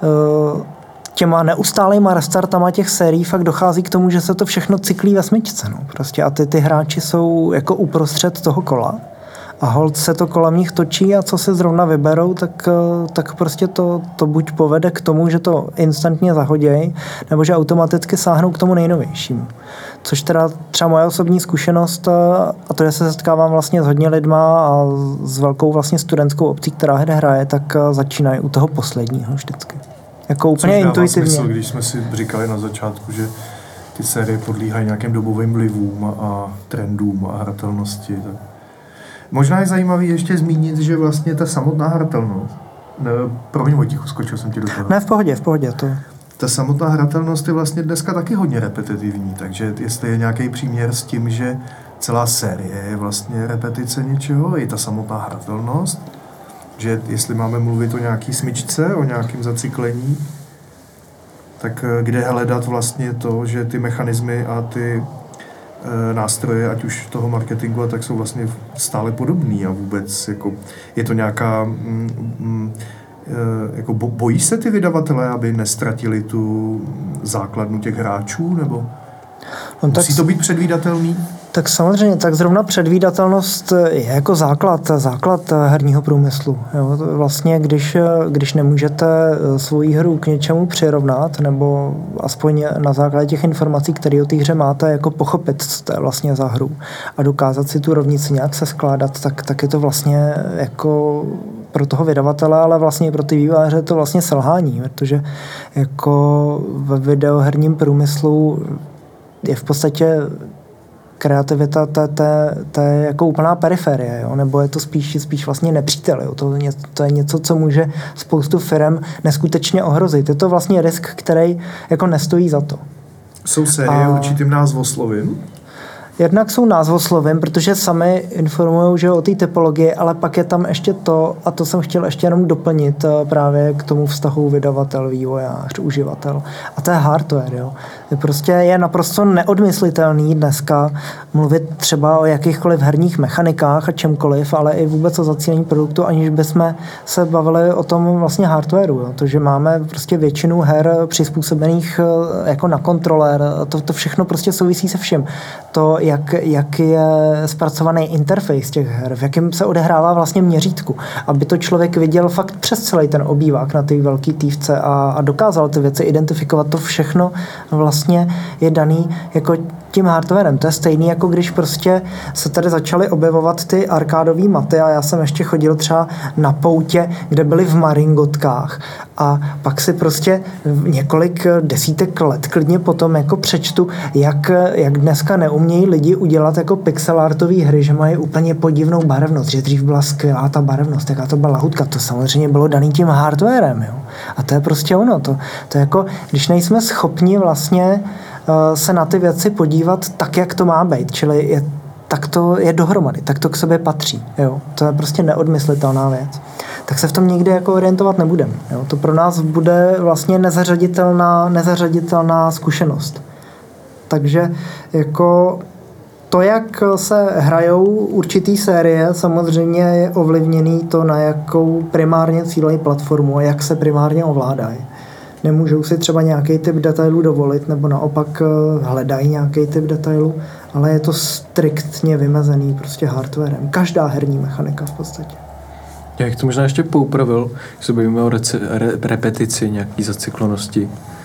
těma neustálejma restartama těch sérií fakt dochází k tomu, že se to všechno cyklí ve smyčce. No. Prostě a ty hráči jsou jako uprostřed toho kola a holt se to kolem nich točí a co se zrovna vyberou, tak prostě to buď povede k tomu, že to instantně zahodějí, nebo že automaticky sáhnou k tomu nejnovějšímu. Což teda třeba moje osobní zkušenost, a to, že se setkávám vlastně s hodně lidma a s velkou vlastně studentskou obcí, která hraje, tak začínají u toho posledního vždycky. Jako úplně intuitivně. Smysl, když jsme si říkali na začátku, že ty série podlíhají nějakým dobovým vlivům a trendům a hratelnosti. Tak. Možná je zajímavý ještě zmínit, že vlastně ta samotná hratelnost, promiň Vojtichu, skočil jsem ti do toho. Ne, v pohodě. Ta samotná hratelnost je vlastně dneska taky hodně repetitivní, takže jestli je nějaký příměr s tím, že celá série je vlastně repetice něčeho, i ta samotná hratelnost, že jestli máme mluvit o nějaký smyčce, o nějakém zacyklení, tak kde hledat vlastně to, že ty mechanismy a ty nástroje, ať už toho marketingu, tak jsou vlastně stále podobný a vůbec jako, je to nějaká jako bojí se ty vydavatelé, aby nestratili tu základnu těch hráčů, nebo musí to být předvídatelný? Tak samozřejmě, tak zrovna předvídatelnost je jako základ herního průmyslu. Jo? Vlastně, když nemůžete svoji hru k něčemu přirovnat, nebo aspoň na základě těch informací, které o té hře máte, jako pochopit, co to je vlastně za hru a dokázat si tu rovnici nějak se skládat, tak je to vlastně jako pro toho vydavatele, ale vlastně i pro ty vývojáře je to vlastně selhání, protože jako ve videoherním průmyslu je v podstatě kreativita to je jako úplná periferie, jo? Nebo je to spíš vlastně nepřítel. Jo? To je něco, co může spoustu firem neskutečně ohrozit. Je to vlastně risk, který jako nestojí za to. Jsou série určitým názvoslovím? Jednak jsou názvoslovím, protože sami informují, že o té typologii, ale pak je tam ještě to, a to jsem chtěl ještě jenom doplnit právě k tomu vztahu vydavatel, vývojář, uživatel. A to je hardware. Jo. Prostě je naprosto neodmyslitelný dneska mluvit třeba o jakýchkoliv herních mechanikách a čemkoliv, ale i vůbec o zacílení produktu, aniž bychom se bavili o tom vlastně hardwareu. Jo. To, že máme prostě většinu her přizpůsobených jako na kontroler, to všechno prostě souvisí se vším. To, jak je zpracovaný interface těch her, v jakém se odehrává vlastně měřítku, aby to člověk viděl fakt přes celý ten obývák na ty velký tívce a dokázal ty věci identifikovat, to všechno vlastně je daný jako tím hardwarem. To je stejný, jako když prostě se tady začaly objevovat ty arkádové maty a já jsem ještě chodil třeba na poutě, kde byly v maringotkách a pak si prostě několik desítek let klidně potom jako přečtu, jak dneska neumějí lidi udělat jako pixelartové hry, že mají úplně podivnou barevnost, že dřív byla skvělá ta barevnost, jaká to byla lahutka, to samozřejmě bylo daný tím hardwarem, jo. A to je prostě ono, to je jako, když nejsme schopni vlastně se na ty věci podívat tak, jak to má být, čili tak to je dohromady, tak to k sobě patří. Jo. To je prostě neodmyslitelná věc. Tak se v tom nikdy jako orientovat nebudeme. To pro nás bude vlastně nezařaditelná zkušenost. Takže jako to, jak se hrajou určitý série, samozřejmě je ovlivněný to, na jakou primárně cílejí platformu a jak se primárně ovládají. Nemůžou si třeba nějaký typ detailů dovolit, nebo naopak hledají nějaký typ detailů, ale je to striktně vymezený prostě hardwarem. Každá herní mechanika v podstatě. Já bych to možná ještě poupravil, že se bavíme o repetici, nějaký zacyklonosti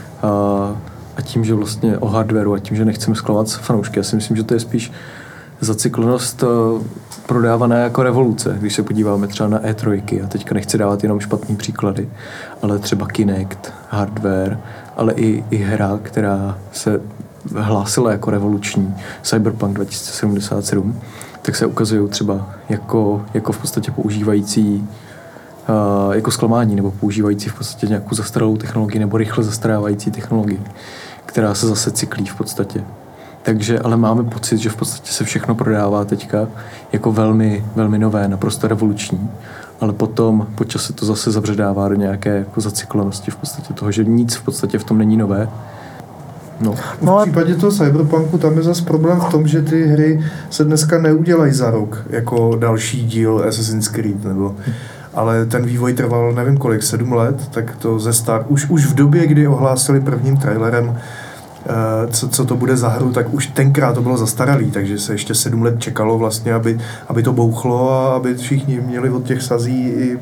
a tím, že vlastně o hardwareu a tím, že nechceme zklamat fanoušky. Já si myslím, že to je spíš zacyklenost prodávaná jako revoluce, když se podíváme třeba na E3, a teďka nechci dávat jenom špatný příklady, ale třeba Kinect, hardware, ale i hra, která se hlásila jako revoluční, Cyberpunk 2077, tak se ukazují třeba jako v podstatě používající jako zklamání, nebo používající v podstatě nějakou zastaralou technologii, nebo rychle zastarávající technologii, která se zase cyklí v podstatě. Takže, ale máme pocit, že v podstatě se všechno prodává teďka jako velmi, velmi nové, naprosto revoluční, ale potom po čase to zase zabředává do nějaké jako zacyklenosti v podstatě toho, že nic v podstatě v tom není nové. No. V případě toho Cyberpunku tam je zase problém v tom, že ty hry se dneska neudělají za rok, jako další díl Assassin's Creed, nebo ale ten vývoj trval nevím kolik, 7 let, tak to ze start, už v době, kdy ohlásili prvním trailerem, co to bude za hru, tak už tenkrát to bylo zastaralý, takže se ještě 7 let čekalo vlastně, aby to bouchlo a aby všichni měli od těch sazí i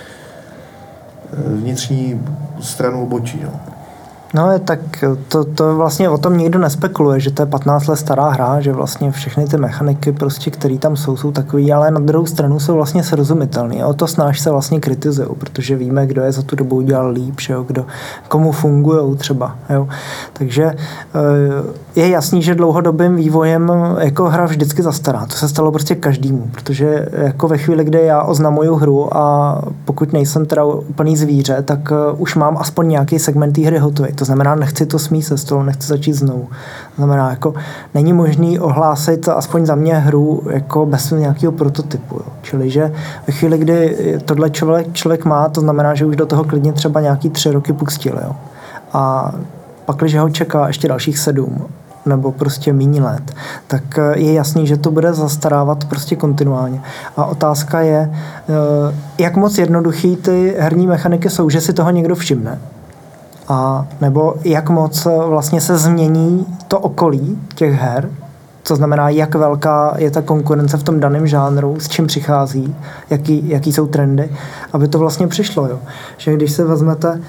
vnitřní stranu obočí. No. No, tak to vlastně o tom nikdo nespekuluje, že to je 15 let stará hra, že vlastně všechny ty mechaniky, prostě, které tam jsou takový, ale na druhou stranu jsou vlastně srozumitelný. A o to snáš se vlastně kritizují, protože víme, kdo je za tu dobu udělal líp, že jo, komu fungujou třeba. Jo. Takže je jasný, že dlouhodobým vývojem jako hra vždycky zastará. To se stalo prostě každému, protože jako ve chvíli, kdy já oznamuju hru a pokud nejsem teda úplný zvíře, tak už mám aspoň nějaký segment té hry hotový. To znamená, nechci to smít se stolu, nechci začít znovu. To znamená, jako není možný ohlásit aspoň za mě hru jako bez nějakého prototypu. Jo. Čili, že ve chvíli, kdy tohle člověk má, to znamená, že už do toho klidně třeba nějaký 3 roky pustil. Jo. A pak, když ho čeká ještě dalších 7 nebo prostě méně let, tak je jasný, že to bude zastarávat prostě kontinuálně. A otázka je, jak moc jednoduchý ty herní mechaniky jsou, že si toho někdo všimne. A nebo jak moc vlastně se změní to okolí těch her Co znamená, jak velká je ta konkurence v tom daném žánru, s čím přichází, jaký jsou trendy, aby to vlastně přišlo. Jo. Že když se vezmete,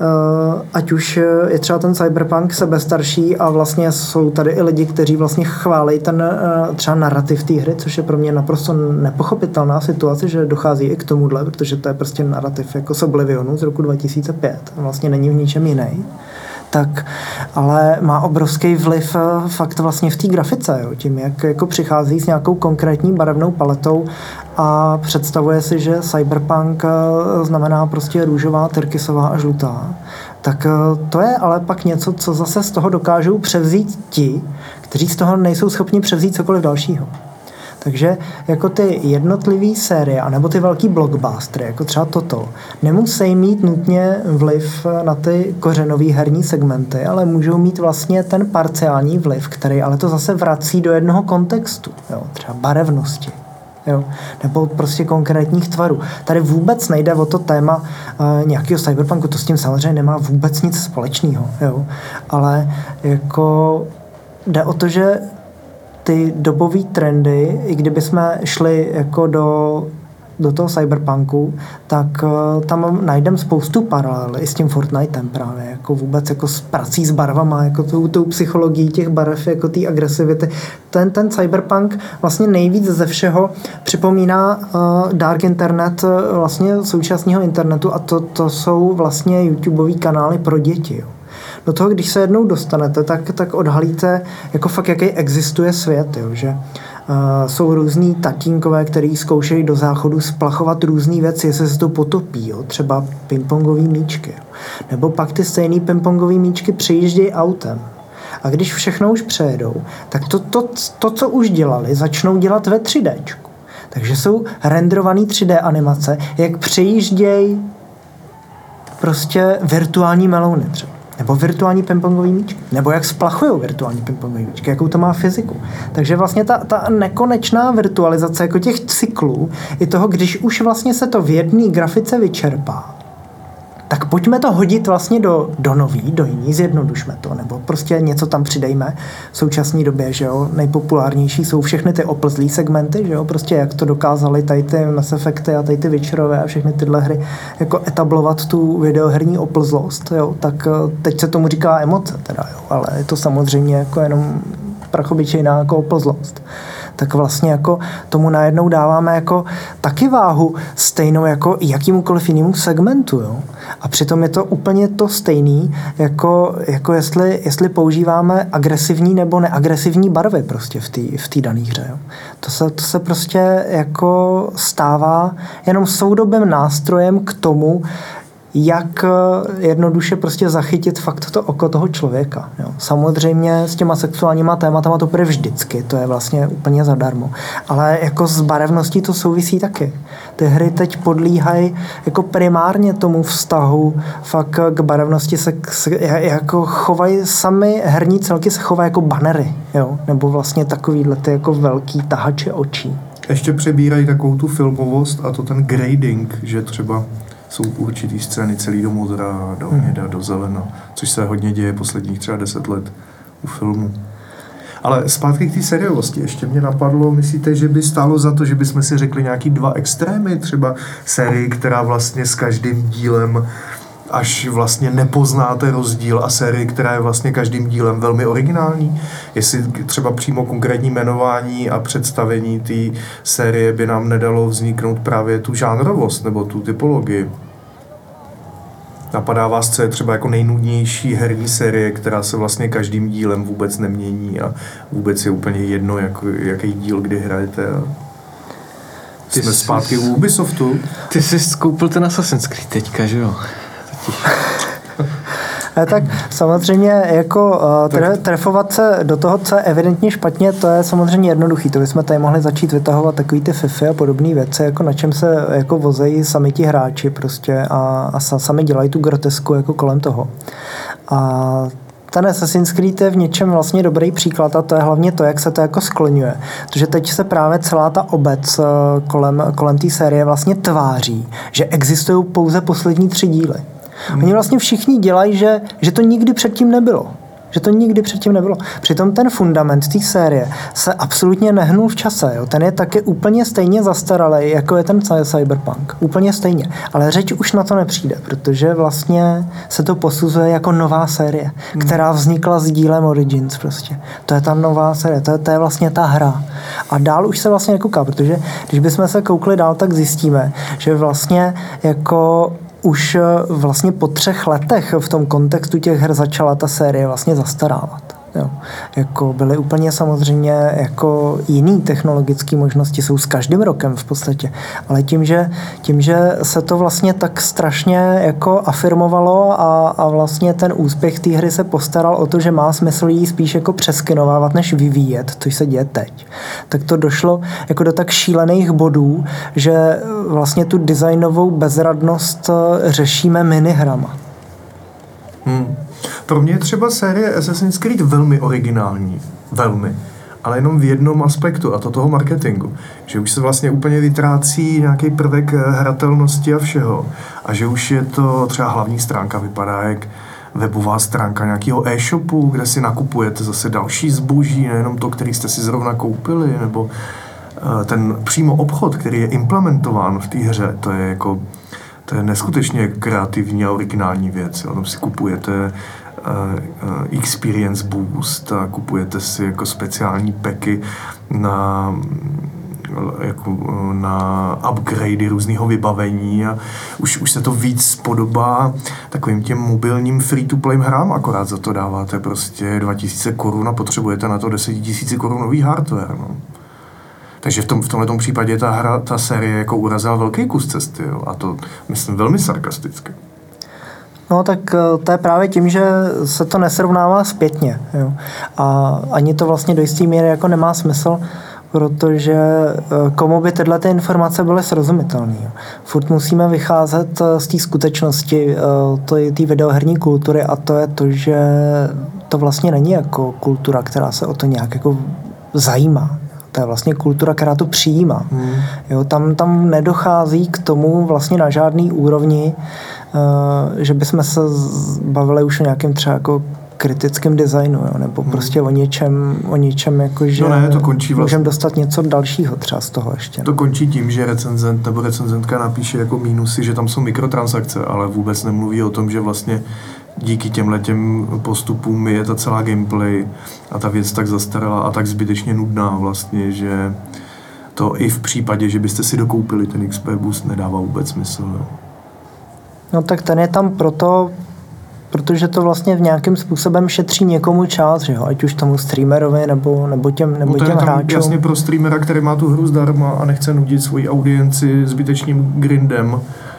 ať už je třeba ten cyberpunk sebestarší a vlastně jsou tady i lidi, kteří vlastně chválí ten třeba narrativ té hry, což je pro mě naprosto nepochopitelná situace, že dochází i k tomuhle, protože to je prostě narrativ jako z Oblivionu z roku 2005. Vlastně není v ničem jiný. Tak, ale má obrovský vliv fakt vlastně v té grafice, jo, tím, jak jako přichází s nějakou konkrétní barevnou paletou a představuje si, že cyberpunk znamená prostě růžová, tyrkysová a žlutá. Tak to je ale pak něco, co zase z toho dokážou převzít ti, kteří z toho nejsou schopni převzít cokoliv dalšího. Takže jako ty jednotlivé série, anebo ty velký blockbustery, jako třeba toto, nemusí mít nutně vliv na ty kořenové herní segmenty, ale můžou mít vlastně ten parciální vliv, který ale to zase vrací do jednoho kontextu, jo, třeba barevnosti. Jo, nebo prostě konkrétních tvarů. Tady vůbec nejde o to téma nějakého cyberpunku, to s tím samozřejmě nemá vůbec nic společného, jo, ale jako jde o to, že ty dobové trendy, i kdyby jsme šli jako do toho cyberpunku, tak tam najdeme spoustu paralel i s tím Fortnitem právě, jako vůbec jako s prací s barvama, jako tou psychologií těch barev, jako té agresivity. Ten cyberpunk vlastně nejvíc ze všeho připomíná dark internet vlastně současného internetu a to jsou vlastně YouTubeový kanály pro děti, jo. Do toho, když se jednou dostanete, tak odhalíte jako fakt, jaký existuje svět, jo, že jsou různý tatínkové, který zkoušejí do záchodu splachovat různý věci, jestli se to potopí, jo, třeba pingpongový míčky. Jo. Nebo pak ty stejný pingpongový míčky přijíždějí autem. A když všechno už přejedou, tak to, co už dělali, začnou dělat ve 3Dčku. Takže jsou renderovaný 3D animace, jak přejíždějí prostě virtuální melouny třeba. Nebo virtuální pingpongový míčky. Nebo jak splachujou virtuální pingpongový míčky, jakou to má fyziku. Takže vlastně ta nekonečná virtualizace jako těch cyklů i toho, když už vlastně se to v jedné grafice vyčerpá, tak pojďme to hodit vlastně do nový, do jiný, zjednodušme to, nebo prostě něco tam přidejme. V současné době, že jo, nejpopulárnější jsou všechny ty oplzlý segmenty, že jo, prostě jak to dokázali tady ty Mass Effecty a tady ty Witcherové a všechny tyhle hry jako etablovat tu videoherní oplzlost, jo, tak teď se tomu říká emoce teda, jo, ale je to samozřejmě jako jenom prachobyčejná jako oplzlost. Tak vlastně jako tomu najednou dáváme jako taky váhu stejnou jako jakýmukoliv jinému segmentu, jo. A přitom je to úplně to stejný, jako jestli používáme agresivní nebo neagresivní barvy prostě v té dané hře, jo. To se prostě jako stává jenom soudobým nástrojem k tomu, jak jednoduše prostě zachytit fakt to oko toho člověka. Jo. Samozřejmě s těma sexuálníma tématama to bude vždycky, to je vlastně úplně zadarmo. Ale jako s barevností to souvisí taky. Ty hry teď podlíhají jako primárně tomu vztahu, fakt k barevnosti se jako chovají, sami herní celky se chovají jako banery, jo. Nebo vlastně takovýhle ty jako velký tahače očí. Ještě přebírají takovou tu filmovost a to ten grading, že třeba jsou určitý scény celý do modra, do hněda, do zelena, což se hodně děje posledních třeba 10 let u filmu. Ale zpátky k té sériovosti. Ještě mě napadlo, myslíte, že by stálo za to, že bychom si řekli nějaký 2 extrémy, třeba sérii, která vlastně s každým dílem až vlastně nepoznáte rozdíl a sérii, která je vlastně každým dílem velmi originální. Jestli třeba přímo konkrétní jmenování a představení té série by nám nedalo vzniknout právě tu žánrovost nebo tu typologii. Napadá vás, co je třeba jako nejnudnější herní série, která se vlastně každým dílem vůbec nemění a vůbec je úplně jedno, jaký díl kdy hrajete. Jsme zpátky u Ubisoftu. Ty jsi skoupil ten Assassin's Creed teďka, že jo? Tak samozřejmě jako trefovat se do toho, co je evidentně špatně, to je samozřejmě jednoduchý. To bychom tady mohli začít vytahovat takový ty FIFA a podobné věci, jako na čem se jako vozejí sami ti hráči prostě a sami dělají tu grotesku jako kolem toho. A ten Assassin's Creed je v něčem vlastně dobrý příklad a to je hlavně to, jak se to jako skloňuje. Protože teď se právě celá ta obec kolem té série vlastně tváří, že existují pouze poslední 3 díly. Oni vlastně všichni dělají, že to nikdy předtím nebylo. Že to nikdy předtím nebylo. Přitom ten fundament té série se absolutně nehnul v čase. Jo. Ten je taky úplně stejně zastaralý, jako je ten Cyberpunk. Úplně stejně. Ale řeč už na to nepřijde, protože vlastně se to posuzuje jako nová série, která vznikla s dílem Origins prostě. To je ta nová série, to je vlastně ta hra. A dál už se vlastně nekouká, protože když bychom se koukli dál, tak zjistíme, že vlastně jako už vlastně po 3 letech v tom kontextu těch her začala ta série vlastně zastarávat. Jo. Jako byly úplně samozřejmě jako jiný technologické možnosti, jsou s každým rokem v podstatě, ale tím, že se to vlastně tak strašně jako afirmovalo a vlastně ten úspěch té hry se postaral o to, že má smysl jí spíš jako přeskinovávat, než vyvíjet, což se děje teď, tak to došlo jako do tak šílených bodů, že vlastně tu designovou bezradnost řešíme minihrama. Pro mě je třeba série Assassin's Creed velmi originální. Velmi. Ale jenom v jednom aspektu, a to toho marketingu. Že už se vlastně úplně vytrácí nějaký prvek hratelnosti a všeho. A že už je to třeba hlavní stránka vypadá jak webová stránka nějakého e-shopu, kde si nakupujete zase další zboží, nejenom to, který jste si zrovna koupili, nebo ten přímo obchod, který je implementován v té hře, to je neskutečně kreativní a originální věc. Tam si kupujete experience boost a kupujete si jako speciální packy na upgradey různého vybavení a už se to víc podobá takovým těm mobilním free-to-play hrám, akorát za to dáváte prostě 2000 korun a potřebujete na to 10 000 korunový hardware. No. Takže v tomto případě ta série jako urazila velký kus cesty, jo, a to myslím velmi sarkasticky. No tak to je právě tím, že se to nesrovnává zpětně. Jo. A ani to vlastně do jisté míry jako nemá smysl, protože komu by tyhle ty informace byly srozumitelné. Furt musíme vycházet z té skutečnosti, té videoherní kultury a to je to, že to vlastně není jako kultura, která se o to nějak jako zajímá. To je vlastně kultura, která to přijímá. Jo, tam nedochází k tomu vlastně na žádný úrovni, že bychom se bavili už o nějakém třeba jako kritickém designu, jo, nebo prostě o něčem jako, že to končí můžeme dostat něco dalšího třeba z toho ještě. To končí tím, že recenzent nebo recenzentka napíše jako mínusy, že tam jsou mikrotransakce, ale vůbec nemluví o tom, že vlastně díky těmhletěm postupům je ta celá gameplay a ta věc tak zastarala a tak zbytečně nudná vlastně, že to i v případě, že byste si dokoupili ten XP boost, nedává vůbec smysl. Jo. No tak ten je tam protože to vlastně v nějakým způsobem šetří někomu čas, že jo? Ať už tomu streamerovi nebo těm hráčům. Jasně pro streamera, který má tu hru zdarma a nechce nudit svoji audienci zbytečným grindem,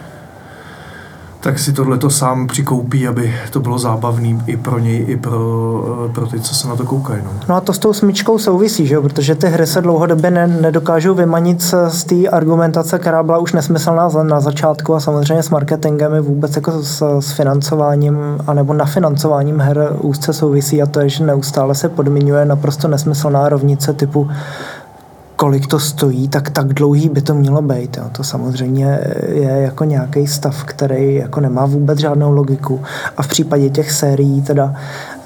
tak si tohleto sám přikoupí, aby to bylo zábavný i pro něj, i pro ty, co se na to koukají. No a to s tou smyčkou souvisí, že jo? Protože ty hry se dlouhodobě nedokážou vymanit z té argumentace, která byla už nesmyslná na začátku a samozřejmě s marketingem i vůbec jako s financováním anebo nafinancováním her úzce souvisí a to je, že neustále se podmiňuje naprosto nesmyslná rovnice typu kolik to stojí, tak dlouhý by to mělo být. Jo. To samozřejmě je jako nějaký stav, který jako nemá vůbec žádnou logiku. A v případě těch sérií teda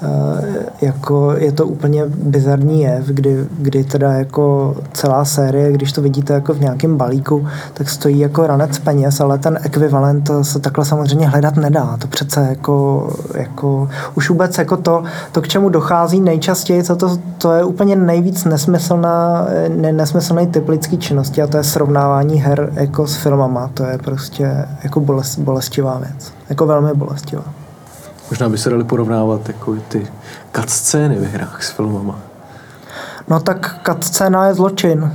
jako je to úplně bizarní jev, kdy teda jako celá série, když to vidíte jako v nějakém balíku, tak stojí jako ranec peněz, ale ten ekvivalent se takhle samozřejmě hledat nedá. To přece jako už vůbec jako to k čemu dochází nejčastěji, to je úplně nejvíc nesmyslný typ lidský činnosti a to je srovnávání her jako s filmama. To je prostě jako bolestivá věc. Jako velmi bolestivá. Možná by se dali porovnávat jako ty cutscény ve hrách s filmama. No tak cutscéna je zločin.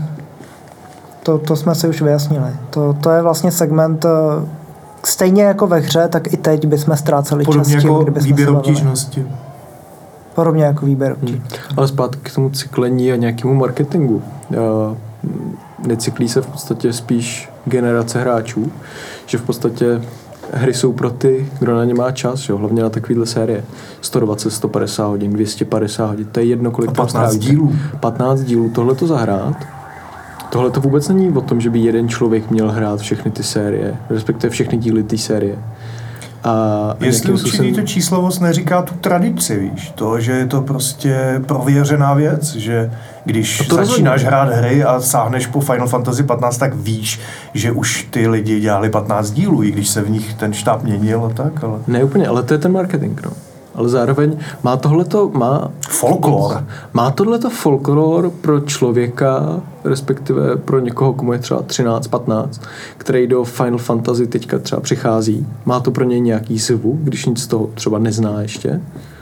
To jsme si už vyjasnili. To je vlastně segment stejně jako ve hře, tak i teď bychom ztráceli čas tím, jako výběr obtížnosti. Podobně jako výběr obtížnosti. Ale zpátky k tomu cyklení a nějakému marketingu. Necyklí se v podstatě spíš generace hráčů, že v podstatě hry jsou pro ty, kdo na ně má čas, jo? Hlavně na takovýhle série. 120, 150 hodin, 250 hodin, to je jedno, kolik tam strávíte. 15 dílů, tohle to zahrát. Tohle to vůbec není o tom, že by jeden člověk měl hrát všechny ty série, respektive všechny díly té série. Jestli určitý to číslovost neříká tu tradici, víš, to, že je to prostě prověřená věc, že když začínáš hrát hry a sáhneš po Final Fantasy 15, tak víš, že už ty lidi dělali 15 dílů, i když se v nich ten štáb měnil a tak, ale... Ne úplně, ale to je ten marketing, no. Ale zároveň má tohleto, folklor. Má tohleto folklor pro člověka, respektive pro někoho, komu je třeba 13, 15, který do Final Fantasy teďka třeba přichází. Má to pro něj nějaký zvuk, když nic z toho třeba nezná ještě?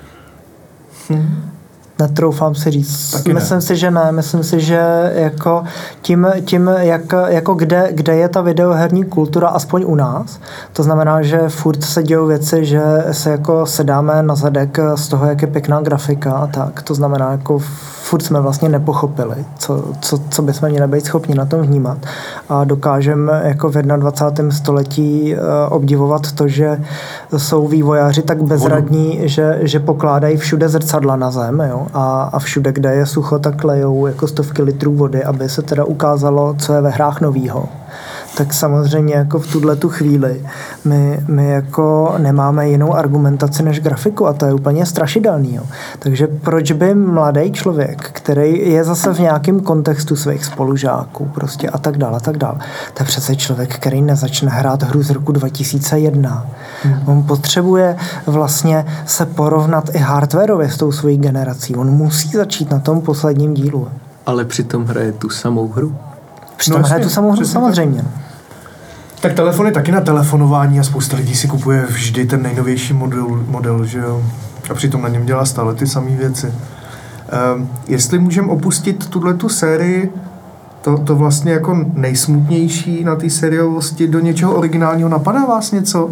Netroufám si říct. Taky myslím si, že ne. Myslím si, že jako tím jako kde je ta videoherní kultura, aspoň u nás, to znamená, že furt se dějou věci, že se jako sedáme na zadek z toho, jak je pěkná grafika a tak. To znamená, jako furt jsme vlastně nepochopili, co bychom měli být schopni na tom vnímat. A dokážeme jako v 21. století obdivovat to, že jsou vývojáři tak bezradní, že pokládají všude zrcadla na zem, jo? A všude, kde je sucho, tak lejou jako stovky litrů vody, aby se teda ukázalo, co je ve hrách novýho. Tak samozřejmě jako v tuhletu chvíli my jako nemáme jinou argumentaci než grafiku a to je úplně strašidelný. Jo. Takže proč by mladý člověk, který je zase v nějakém kontextu svých spolužáků prostě a tak dále, to je přece člověk, který nezačne hrát hru z roku 2001. On potřebuje vlastně se porovnat i hardwarově s tou svojí generací. On musí začít na tom posledním dílu. Ale přitom hraje tu samou hru. Přitom hraje tu samou hru, samozřejmě. Tak telefon je taky na telefonování a spousta lidí si kupuje vždy ten nejnovější model, že jo? A přitom na něm dělá stále ty samé věci. Jestli můžeme opustit tuhletu sérii, to vlastně jako nejsmutnější na té sériovosti, do něčeho originálního, napadá vás něco?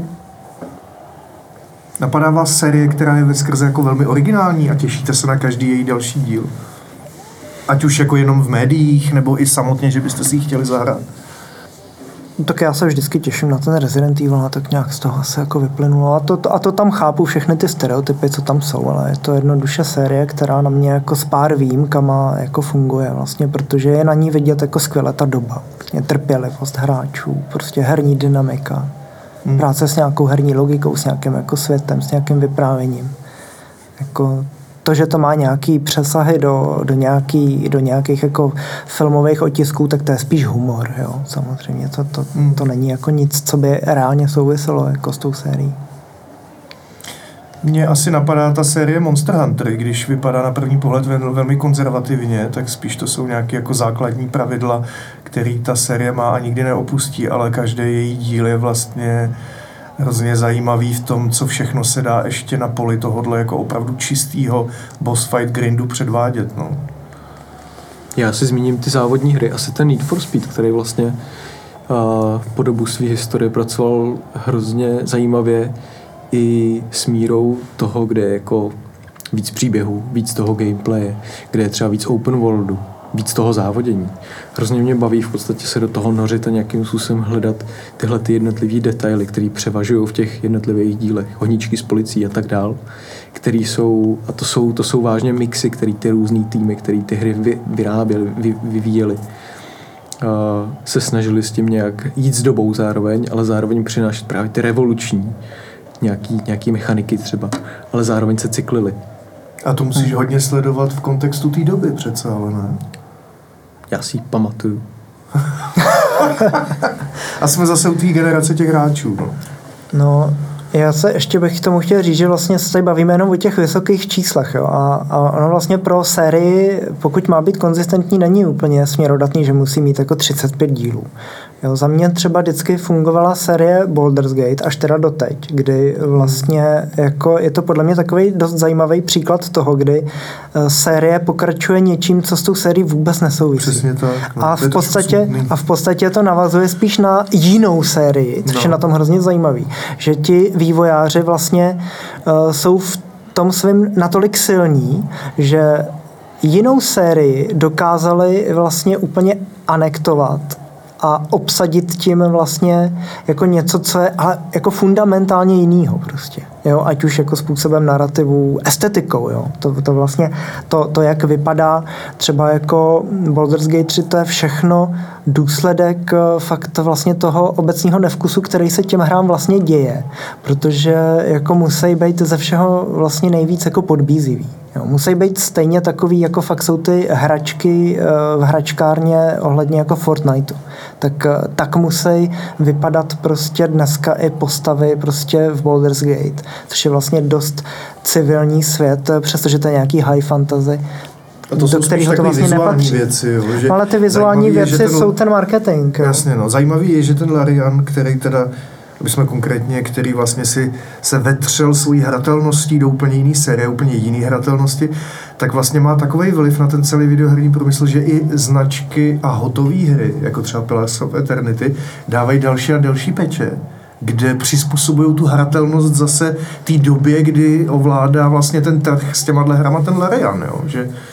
Napadá vás série, která je veskrze jako velmi originální a těšíte se na každý její další díl? Ať už jako jenom v médiích, nebo i samotně, že byste si ji chtěli zahrát? Tak já se vždycky těším na ten Resident Evil, a tak nějak z toho se jako vyplynulo. A to tam chápu všechny ty stereotypy, co tam jsou, ale je to jednoduše série, která na mě jako s pár výjimkama jako funguje vlastně, protože je na ní vidět jako skvěle ta doba. Vlastně trpělivost hráčů, prostě herní dynamika, práce s nějakou herní logikou, s nějakým jako světem, s nějakým vyprávěním. Jako to, že to má nějaký přesahy do nějakých jako filmových otisků, tak to je spíš humor, jo, samozřejmě. To není jako nic, co by reálně souviselo jako s tou sérií. Mně asi napadá ta série Monster Hunter, když vypadá na první pohled velmi konzervativně, tak spíš to jsou nějaké jako základní pravidla, který ta série má a nikdy neopustí, ale každý její díl je vlastně hrozně zajímavý v tom, co všechno se dá ještě na poli tohodle jako opravdu čistýho boss fight grindu předvádět. No. Já si zmíním ty závodní hry. Asi ten Need for Speed, který vlastně po dobu své historie pracoval hrozně zajímavě i s mírou toho, kde je jako víc příběhů, víc toho gameplaye, kde je třeba víc open worldu, víc toho závodění. Hrozně mě baví v podstatě se do toho nořit a nějakým způsobem hledat tyhle ty jednotlivý detaily, které převažují v těch jednotlivých dílech, honíčky s policií a tak dál, který jsou, a to jsou vážně mixy, který ty různý týmy, který ty hry vyráběly, vyvíjely, se snažili s tím nějak jít s dobou zároveň, ale zároveň přinášet právě ty revoluční nějaký mechaniky třeba, ale zároveň se cyklily. A to musíš hodně sledovat v kontextu té doby přece, ale ne? Já si ji pamatuju. A jsme zase u té generace těch hráčů. No, já se ještě bych k tomu chtěl říct, že vlastně se tady bavíme jenom o těch vysokých číslech. Jo? A ono vlastně pro sérii, pokud má být konzistentní, není úplně směrodatný, že musí mít jako 35 dílů. Jo, za mě třeba vždycky fungovala série Baldur's Gate až teda doteď, kdy vlastně jako je to podle mě takový dost zajímavý příklad toho, kdy série pokračuje něčím, co s tou sérií vůbec nesouvisí. Přesně tak. No. A v podstatě to navazuje spíš na jinou sérii, což je na tom hrozně zajímavý, že ti vývojáři vlastně jsou v tom svým natolik silní, že jinou sérii dokázali vlastně úplně anektovat a obsadit tím vlastně jako něco, co je ale jako fundamentálně jinýho prostě. Jo, ať už jako způsobem narrativu, estetikou, jo. To vlastně, to, jak vypadá třeba jako Baldur's Gate 3, to je všechno důsledek fakt vlastně toho obecního nevkusu, který se těm hrám vlastně děje, protože jako musí být ze všeho vlastně nejvíc jako podbízivý. Jo, musí být stejně takový, jako fakt jsou ty hračky v hračkárně ohledně jako Fortniteu. Tak musí vypadat prostě dneska i postavy prostě v Baldur's Gate, což je vlastně dost civilní svět, přestože to je nějaký high fantasy, a to jsou spíš takové vlastně vizuální věci. Jo, že ale ty vizuální věci jsou ten marketing. Jasně, no. Zajímavý je, že ten Larian, který teda, aby jsme konkrétně, který vlastně si se vetřel svojí hratelností do úplně jiný série, úplně jiný hratelnosti, tak vlastně má takový vliv na ten celý videoherní průmysl, že i značky a hotové hry, jako třeba Pillars of Eternity, dávají další a další peče, kde přizpůsobují tu hratelnost zase té době, kdy ovládá vlastně ten trh s těma hrama ten Larian, jo?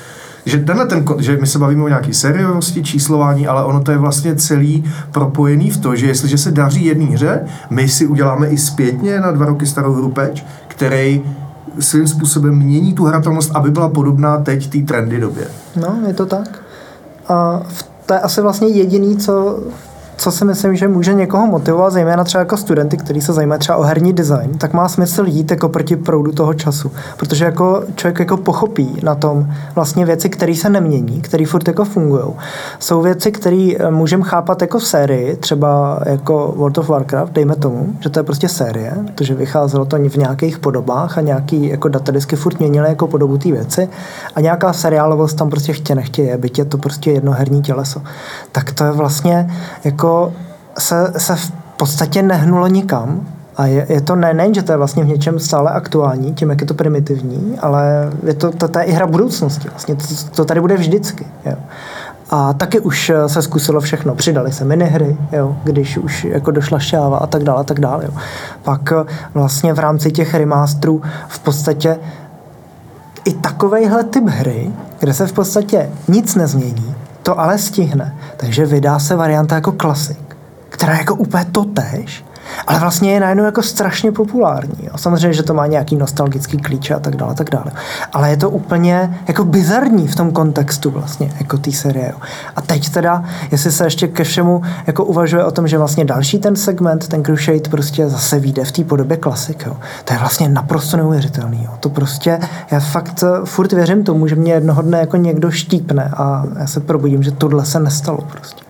Že my se bavíme o nějaké serióznosti, číslování, ale ono to je vlastně celý propojený v to, že jestliže se daří jedné hře, my si uděláme i zpětně na 2 roky starou hru patch, který svým způsobem mění tu hratelnost, aby byla podobná teď té trendy době. No, je to tak. A to je asi vlastně jediný, co si myslím, že může někoho motivovat, zejména třeba jako studenty, kteří se zajímají třeba o herní design, tak má smysl jít jako proti proudu toho času. Protože jako člověk jako pochopí na tom vlastně věci, které se nemění, které furt jako fungují. Jsou věci, které můžeme chápat jako v sérii, třeba jako World of Warcraft, dejme tomu, že to je prostě série, protože vycházelo to v nějakých podobách a nějaký jako datadisky furt měnily jako podobu té věci a nějaká seriálovost tam prostě nechtě je, byť je to prostě jedno herní těleso. Tak to je vlastně jako se v podstatě nehnulo nikam a je to nejen, že to je vlastně v něčem stále aktuální, tím, jak je to primitivní, ale je to je i hra budoucnosti. Vlastně to tady bude vždycky. Jo. A taky už se zkusilo všechno. Přidali se minihry, jo, když už jako došla šťáva a tak dále. Jo. Pak vlastně v rámci těch remasterů v podstatě i takovejhle typ hry, kde se v podstatě nic nezmění, to ale stihne. Takže vydá se varianta jako klasik, která je jako úplně totéž, ale vlastně je najednou jako strašně populární. Jo. Samozřejmě, že to má nějaký nostalgický klíče a tak dále. Ale je to úplně jako bizarní v tom kontextu vlastně, jako té série. Jo. A teď teda, jestli se ještě ke všemu jako uvažuje o tom, že vlastně další ten segment, ten Crusade prostě zase vyjde v té podobě klasik. Jo. To je vlastně naprosto neuvěřitelný. Jo. To prostě, já fakt furt věřím tomu, že mě jednoho dne jako někdo štípne a já se probudím, že tohle se nestalo prostě.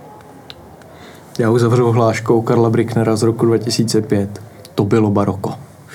Já uzavřu hláškou Karla Bricknera z roku 2005. To bylo baroko.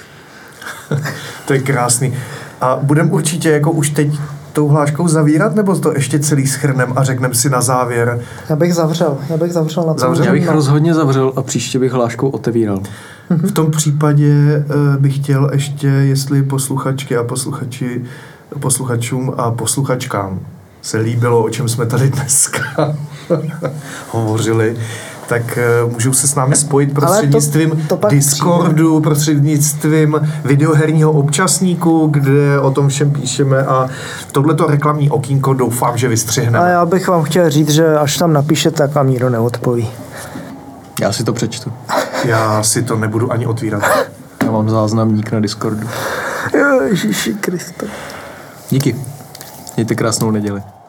To je krásný. A budeme určitě jako už teď tou hláškou zavírat, nebo to ještě celý shrnem a řekneme si na závěr? Já bych zavřel na to. Já bych rozhodně zavřel a příště bych hláškou otevíral. V tom případě bych chtěl ještě, jestli posluchačky a posluchačům a posluchačkám se líbilo, o čem jsme tady dneska hovořili, tak můžou se s námi spojit prostřednictvím Discordu, prostřednictvím videoherního občasníku, kde o tom všem píšeme a tohleto reklamní okýnko doufám, že vystřihneme. A já bych vám chtěl říct, že až tam napíšete, tak vám nikdo neodpoví. Já si to přečtu. Já si to nebudu ani otvírat. Já mám záznamník na Discordu. Ježíši Kriste. Díky. Mějte krásnou neděli.